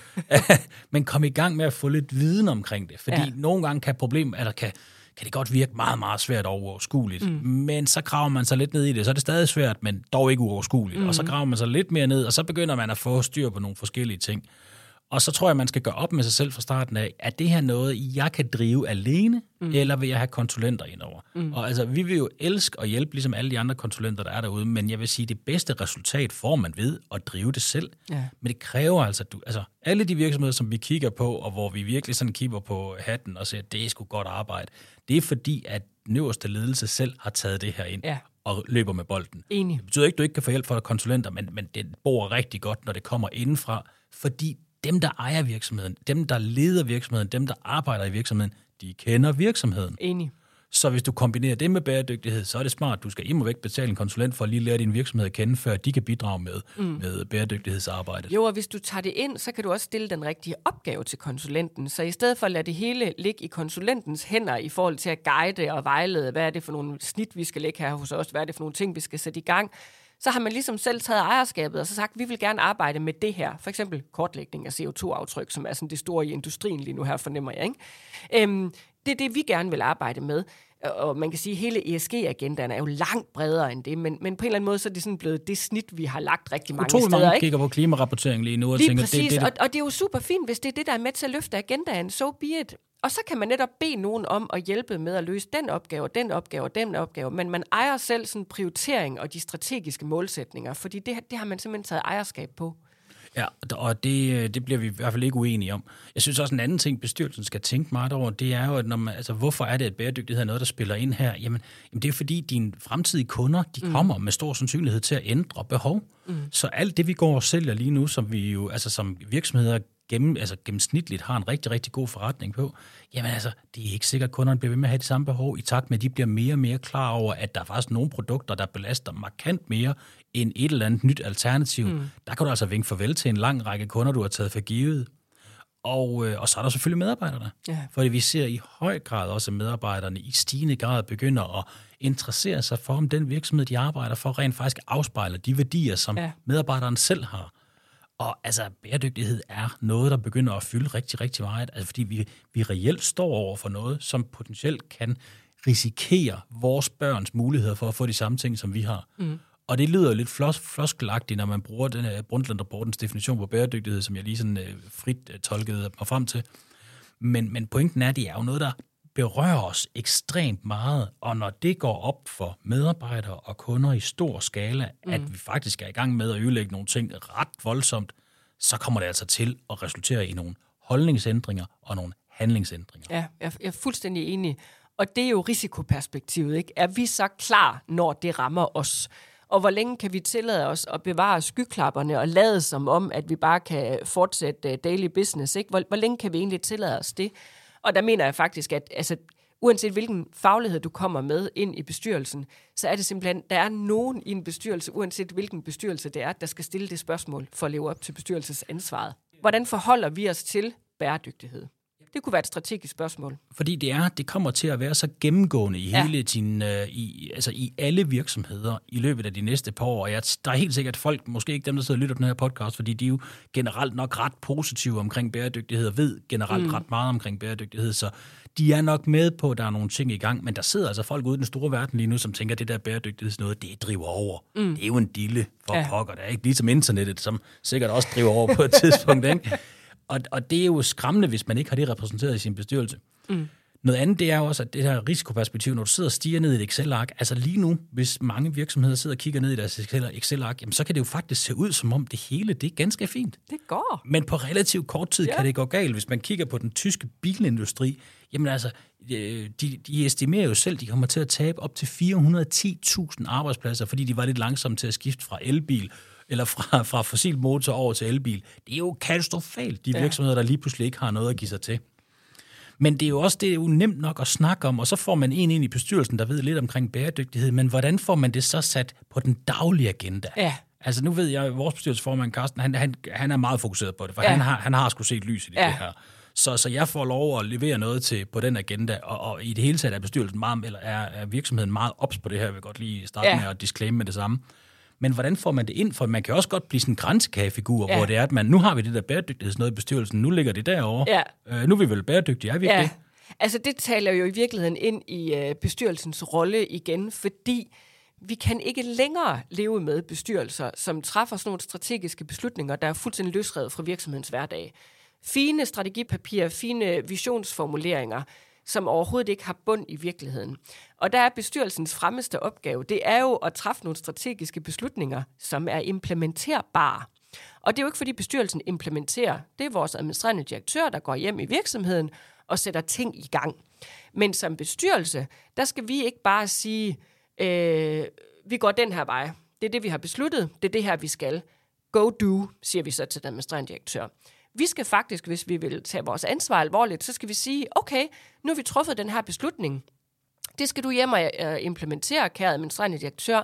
Men kom i gang med at få lidt viden omkring det, fordi ja. nogle gange kan problem, eller kan kan det godt virke meget, meget svært og uoverskueligt. Mm. Men så graver man sig lidt ned i det, så er det stadig svært, men dog ikke uoverskueligt. Mm. Og så graver man sig lidt mere ned, og så begynder man at få styr på nogle forskellige ting. Og så tror jeg, man skal gøre op med sig selv fra starten af, er det her noget, jeg kan drive alene, mm. eller vil jeg have konsulenter indover? Mm. Og altså, vi vil jo elske og hjælpe, ligesom alle de andre konsulenter, der er derude, men jeg vil sige, det bedste resultat får man ved at drive det selv. Ja. Men det kræver altså, du, altså, alle de virksomheder, som vi kigger på, og hvor vi virkelig sådan kigger på hatten og siger, det er sgu godt arbejde, det er fordi, at den øverste ledelse selv har taget det her ind. Ja. Og løber med bolden. Enig. Det betyder ikke, at du ikke kan få hjælp fra konsulenter, men, men det bor rigtig godt, når det kommer indenfra, fordi dem, der ejer virksomheden, dem, der leder virksomheden, dem, der arbejder i virksomheden, de kender virksomheden. Enig. Så hvis du kombinerer det med bæredygtighed, så er det smart. Du skal imod væk betale en konsulent for at lige lære din virksomhed at kende, før de kan bidrage med, mm. med bæredygtighedsarbejdet. Jo, og hvis du tager det ind, så kan du også stille den rigtige opgave til konsulenten. Så i stedet for at lade det hele ligge i konsulentens hænder i forhold til at guide og vejlede, hvad er det for nogle snit, vi skal lægge her hos os, hvad er det for nogle ting, vi skal sætte i gang, så har man ligesom selv taget ejerskabet og så sagt, vi vil gerne arbejde med det her. For eksempel kortlægning af C O to aftryk, som er sådan det store i industrien lige nu her, fornemmer jeg, ikke? Øhm, det er det, vi gerne vil arbejde med. Og man kan sige, at hele E S G-agendaen er jo langt bredere end det, men, men på en eller anden måde, så er det sådan blevet det snit, vi har lagt rigtig mange Utrolig steder. Utrolig mange kigger på klimarapportering lige nu og lige tænker, præcis, det, det, det. Og, og det er jo super fint, hvis det er det, der er med til at løfte agendaen, so be it. Og så kan man netop bede nogen om at hjælpe med at løse den opgave, den opgave, den opgave, men man ejer selv sådan prioritering og de strategiske målsætninger, fordi det, det har man simpelthen taget ejerskab på. Ja, og det, det bliver vi i hvert fald ikke uenige om. Jeg synes også, en anden ting, bestyrelsen skal tænke meget over, det er jo, at når man, altså, hvorfor er det, at bæredygtighed er noget, der spiller ind her? Jamen, jamen det er fordi, dine fremtidige kunder, de mm. kommer med stor sandsynlighed til at ændre behov. Mm. Så alt det, vi går og sælger lige nu, som vi jo, altså som virksomheder gennem, altså gennemsnitligt har en rigtig, rigtig god forretning på, jamen altså, det er ikke sikkert, at kunderne bliver ved med at have de samme behov, i takt med, at de bliver mere og mere klar over, at der er faktisk nogle produkter, der belaster markant mere end et eller andet nyt alternativ. Mm. Der kan du altså vinke farvel til en lang række kunder, du har taget for givet. Og, øh, og så er der selvfølgelig medarbejderne. Yeah. Fordi vi ser i høj grad også, at medarbejderne i stigende grad begynder at interessere sig for, om den virksomhed, de arbejder for, rent faktisk afspejler de værdier, som yeah. medarbejderen selv har. Og altså, bæredygtighed er noget, der begynder at fylde rigtig, rigtig meget. Altså, fordi vi, vi reelt står over for noget, som potentielt kan risikere vores børns muligheder for at få de samme ting, som vi har. Mm. Og det lyder lidt flos, floskelagtigt, når man bruger den her Brundtland-rapportens definition på bæredygtighed, som jeg lige sådan uh, frit uh, tolkede mig frem til. Men, men pointen er, at det er jo noget, der berører os ekstremt meget. Og når det går op for medarbejdere og kunder i stor skala, mm. at vi faktisk er i gang med at ødelægge nogle ting ret voldsomt, så kommer det altså til at resultere i nogle holdningsændringer og nogle handlingsændringer. Ja, jeg er fuldstændig enig. Og det er jo risikoperspektivet, ikke? Er vi så klar, når det rammer os? Og hvor længe kan vi tillade os at bevare skyklapperne og lade som om, at vi bare kan fortsætte daily business, ikke? Hvor, hvor længe kan vi egentlig tillade os det? Og der mener jeg faktisk, at altså, uanset hvilken faglighed du kommer med ind i bestyrelsen, så er det simpelthen, der er nogen i en bestyrelse, uanset hvilken bestyrelse det er, der skal stille det spørgsmål for at leve op til bestyrelsesansvaret. Hvordan forholder vi os til bæredygtighed? Det kunne være et strategisk spørgsmål. Fordi det er, det kommer til at være så gennemgående i hele ja. din, uh, i, altså i alle virksomheder i løbet af de næste par år. Og jeg, der er helt sikkert folk, måske ikke dem, der sidder og lytter på den her podcast, fordi de er jo generelt nok ret positive omkring bæredygtighed, og ved generelt mm. ret meget omkring bæredygtighed, så de er nok med på, at der er nogle ting i gang, men der sidder altså folk ude i den store verden lige nu, som tænker, at det der bæredygtighedsnået, det driver over. Mm. Det er jo en dille for ja. pokker. Det er ikke ligesom internettet, som sikkert også driver over på et tidspunkt, ikke? Og, og det er jo skræmmende, hvis man ikke har det repræsenteret i sin bestyrelse. Mm. Noget andet, det er jo også, at det her risikoperspektiv, når du sidder og stiger ned i et Excel-ark, altså lige nu, hvis mange virksomheder sidder og kigger ned i deres Excel-ark, jamen så kan det jo faktisk se ud, som om det hele, det er ganske fint. Det går. Men på relativt kort tid ja. kan det gå galt. Hvis man kigger på den tyske bilindustri, jamen altså, de, de estimerer jo selv, de kommer til at tabe op til fire hundrede og ti tusind arbejdspladser, fordi de var lidt langsomme til at skifte fra elbil, eller fra, fra fossil motor over til elbil. Det er jo katastrofalt, de virksomheder, der lige pludselig ikke har noget at give sig til. Men det er jo også det er jo nemt nok at snakke om, og så får man en ind i bestyrelsen, der ved lidt omkring bæredygtighed, men hvordan får man det så sat på den daglige agenda? Ja. Altså nu ved jeg, at vores bestyrelsesformand, Carsten, han, han, han er meget fokuseret på det, for ja. han har, han har sgu set lys i det, ja. det her. Så, så jeg får lov at levere noget til på den agenda, og, og i det hele taget er bestyrelsen meget, eller er, er virksomheden meget ops på det her, jeg vil godt lige starte ja. med at disclaime med det samme. Men hvordan får man det ind? For man kan også godt blive sådan en grænsekagefigur, ja. hvor det er, at man, nu har vi det der bæredygtighedsnød i bestyrelsen, nu ligger det derovre. Ja. Øh, nu er vi vel bæredygtige, er vi ikke ja. det? Altså det taler jo i virkeligheden ind i øh, bestyrelsens rolle igen, fordi vi kan ikke længere leve med bestyrelser, som træffer sådan nogle strategiske beslutninger, der er fuldstændig løsrevet fra virksomhedens hverdag. Fine strategipapirer, fine visionsformuleringer, som overhovedet ikke har bund i virkeligheden. Og der er bestyrelsens fremmeste opgave, det er jo at træffe nogle strategiske beslutninger, som er implementerbare. Og det er jo ikke, fordi bestyrelsen implementerer. Det er vores administrerende direktør, der går hjem i virksomheden og sætter ting i gang. Men som bestyrelse, der skal vi ikke bare sige, øh, vi går den her vej. Det er det, vi har besluttet. Det er det her, vi skal. Go do, siger vi så til den administrerende direktør. Vi skal faktisk, hvis vi vil tage vores ansvar alvorligt, så skal vi sige, okay, nu har vi truffet den her beslutning. Det skal du hjem og implementere, kære administrerende direktør.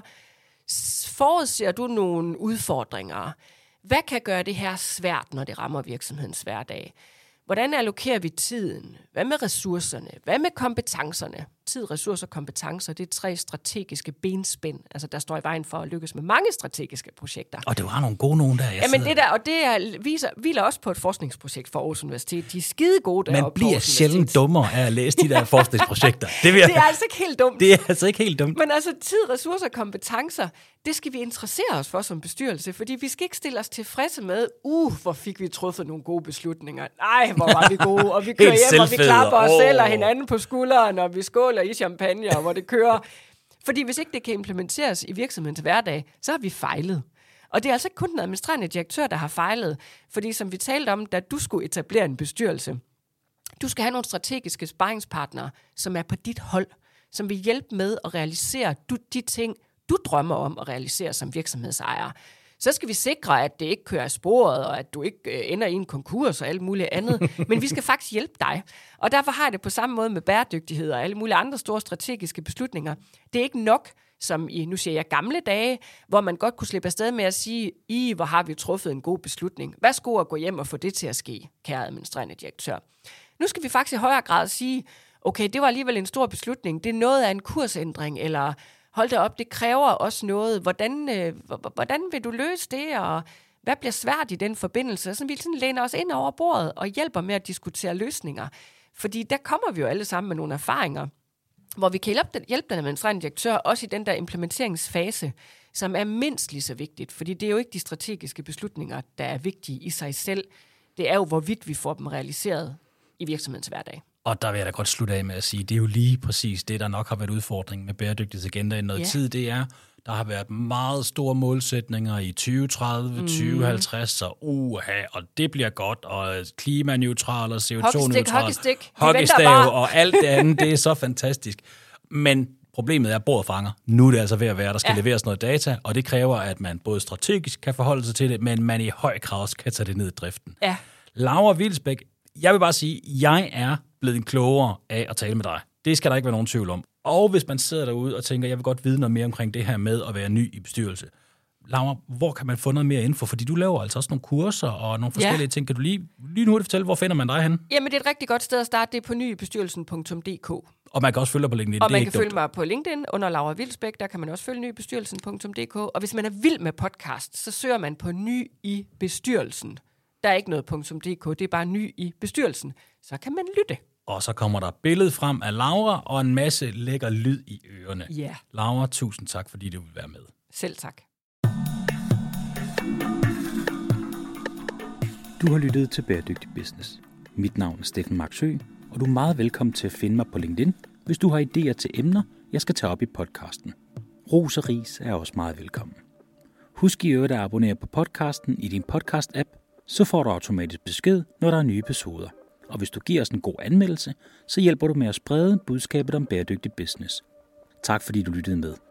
Forudser du nogle udfordringer? Hvad kan gøre det her svært, når det rammer virksomhedens hverdag? Hvordan allokerer vi tiden? Hvad med ressourcerne? Hvad med kompetencerne? Tid, ressourcer og kompetencer, det er tre strategiske benspænd, altså der står i vejen for at lykkes med mange strategiske projekter. Og det var nogle gode nogen der, jeg ja, men det der, og det er, viser, hviler også på et forskningsprojekt for Aarhus Universitet. De er skide gode der. Man bliver sjældent dummere af at læse de der forskningsprojekter. Det, jeg... det er altså ikke helt dumt. Det er altså ikke helt dumt. Men altså tid, ressourcer og kompetencer, det skal vi interessere os for som bestyrelse, fordi vi skal ikke stille os tilfredse med, uh, hvor fik vi truffet nogle gode beslutninger. Nej, hvor var vi gode, og vi kører hjem, og vi klapper os oh. selv og hinanden på skulderen, og vi skåler i champagne, hvor det kører. Fordi hvis ikke det kan implementeres i virksomhedens hverdag, så har vi fejlet. Og det er altså ikke kun den administrerende direktør, der har fejlet. Fordi som vi talte om, da du skulle etablere en bestyrelse, du skal have nogle strategiske sparringspartnere, som er på dit hold, som vil hjælpe med at realisere du, de ting, du drømmer om at realisere som virksomhedsejer. Så skal vi sikre, at det ikke kører af sporet, og at du ikke ender i en konkurs og alt muligt andet. Men vi skal faktisk hjælpe dig. Og derfor har jeg det på samme måde med bæredygtighed og alle mulige andre store strategiske beslutninger. Det er ikke nok, som i, nu siger jeg, gamle dage, hvor man godt kunne slippe afsted med at sige, i hvor har vi truffet en god beslutning. Værsgo at gå hjem og få det til at ske, kære administrerende direktør. Nu skal vi faktisk i højere grad sige, okay, det var alligevel en stor beslutning. Det er noget af en kursændring, eller hold da op, det kræver også noget. Hvordan, øh, hvordan vil du løse det, og hvad bliver svært i den forbindelse? Så vi sådan læner os ind over bordet og hjælper med at diskutere løsninger. Fordi der kommer vi jo alle sammen med nogle erfaringer, hvor vi kan hjælpe den, hjælpe den administrerende direktør, også i den der implementeringsfase, som er mindst lige så vigtigt. Fordi det er jo ikke de strategiske beslutninger, der er vigtige i sig selv. Det er jo, hvorvidt vi får dem realiseret i virksomhedens hverdag. Og der vil jeg da godt slutte af med at sige, det er jo lige præcis det, der nok har været udfordringen med bæredygtighedsagenda i noget yeah. tid. Det er, der har været meget store målsætninger i tyve tredive, mm. tyve halvtreds, og uha, og det bliver godt, og klimaneutral og C O to neutral. Hockeystik, Hockeystav og alt det andet, det er så fantastisk. Men problemet er, at bordet fanger. Nu er det altså ved at være, der skal ja. leveres noget data, og det kræver, at man både strategisk kan forholde sig til det, men man i høj grad også kan tage det ned i driften. Ja. Laura Wilsbæk, jeg vil bare sige, jeg er blevet klogere af at tale med dig. Det skal der ikke være nogen tvivl om. Og hvis man sidder derude og tænker, jeg vil godt vide noget mere omkring det her med at være ny i bestyrelse, Laura, hvor kan man få noget mere info? Fordi du laver altså også nogle kurser og nogle forskellige ja. ting. Kan du lige, lige nu fortælle, hvor finder man dig henne? Jamen, det er et rigtig godt sted at starte. Det er på ny i bestyrelsen punktum d k. Og man kan også følge dig på LinkedIn. Og det er man kan følge dumt. mig på LinkedIn under Laura Wilsbæk. Der kan man også følge ny i bestyrelsen punktum d k. Og hvis man er vild med podcast, så søger man på ny i bestyrelsen. Der er ikke noget .dk, det er bare ny i bestyrelsen. Så kan man lytte. Og så kommer der billede frem af Laura og en masse lækker lyd i ørerne. Ja. Laura, tusind tak, fordi du vil være med. Selv tak. Du har lyttet til Bæredygtig Business. Mit navn er Steffen Marksø, og du er meget velkommen til at finde mig på LinkedIn, hvis du har idéer til emner, jeg skal tage op i podcasten. Ros og ris er også meget velkommen. Husk i øvrigt at abonnere på podcasten i din podcast-app, så får du automatisk besked, når der er nye episoder. Og hvis du giver os en god anmeldelse, så hjælper du med at sprede budskabet om bæredygtig business. Tak fordi du lyttede med.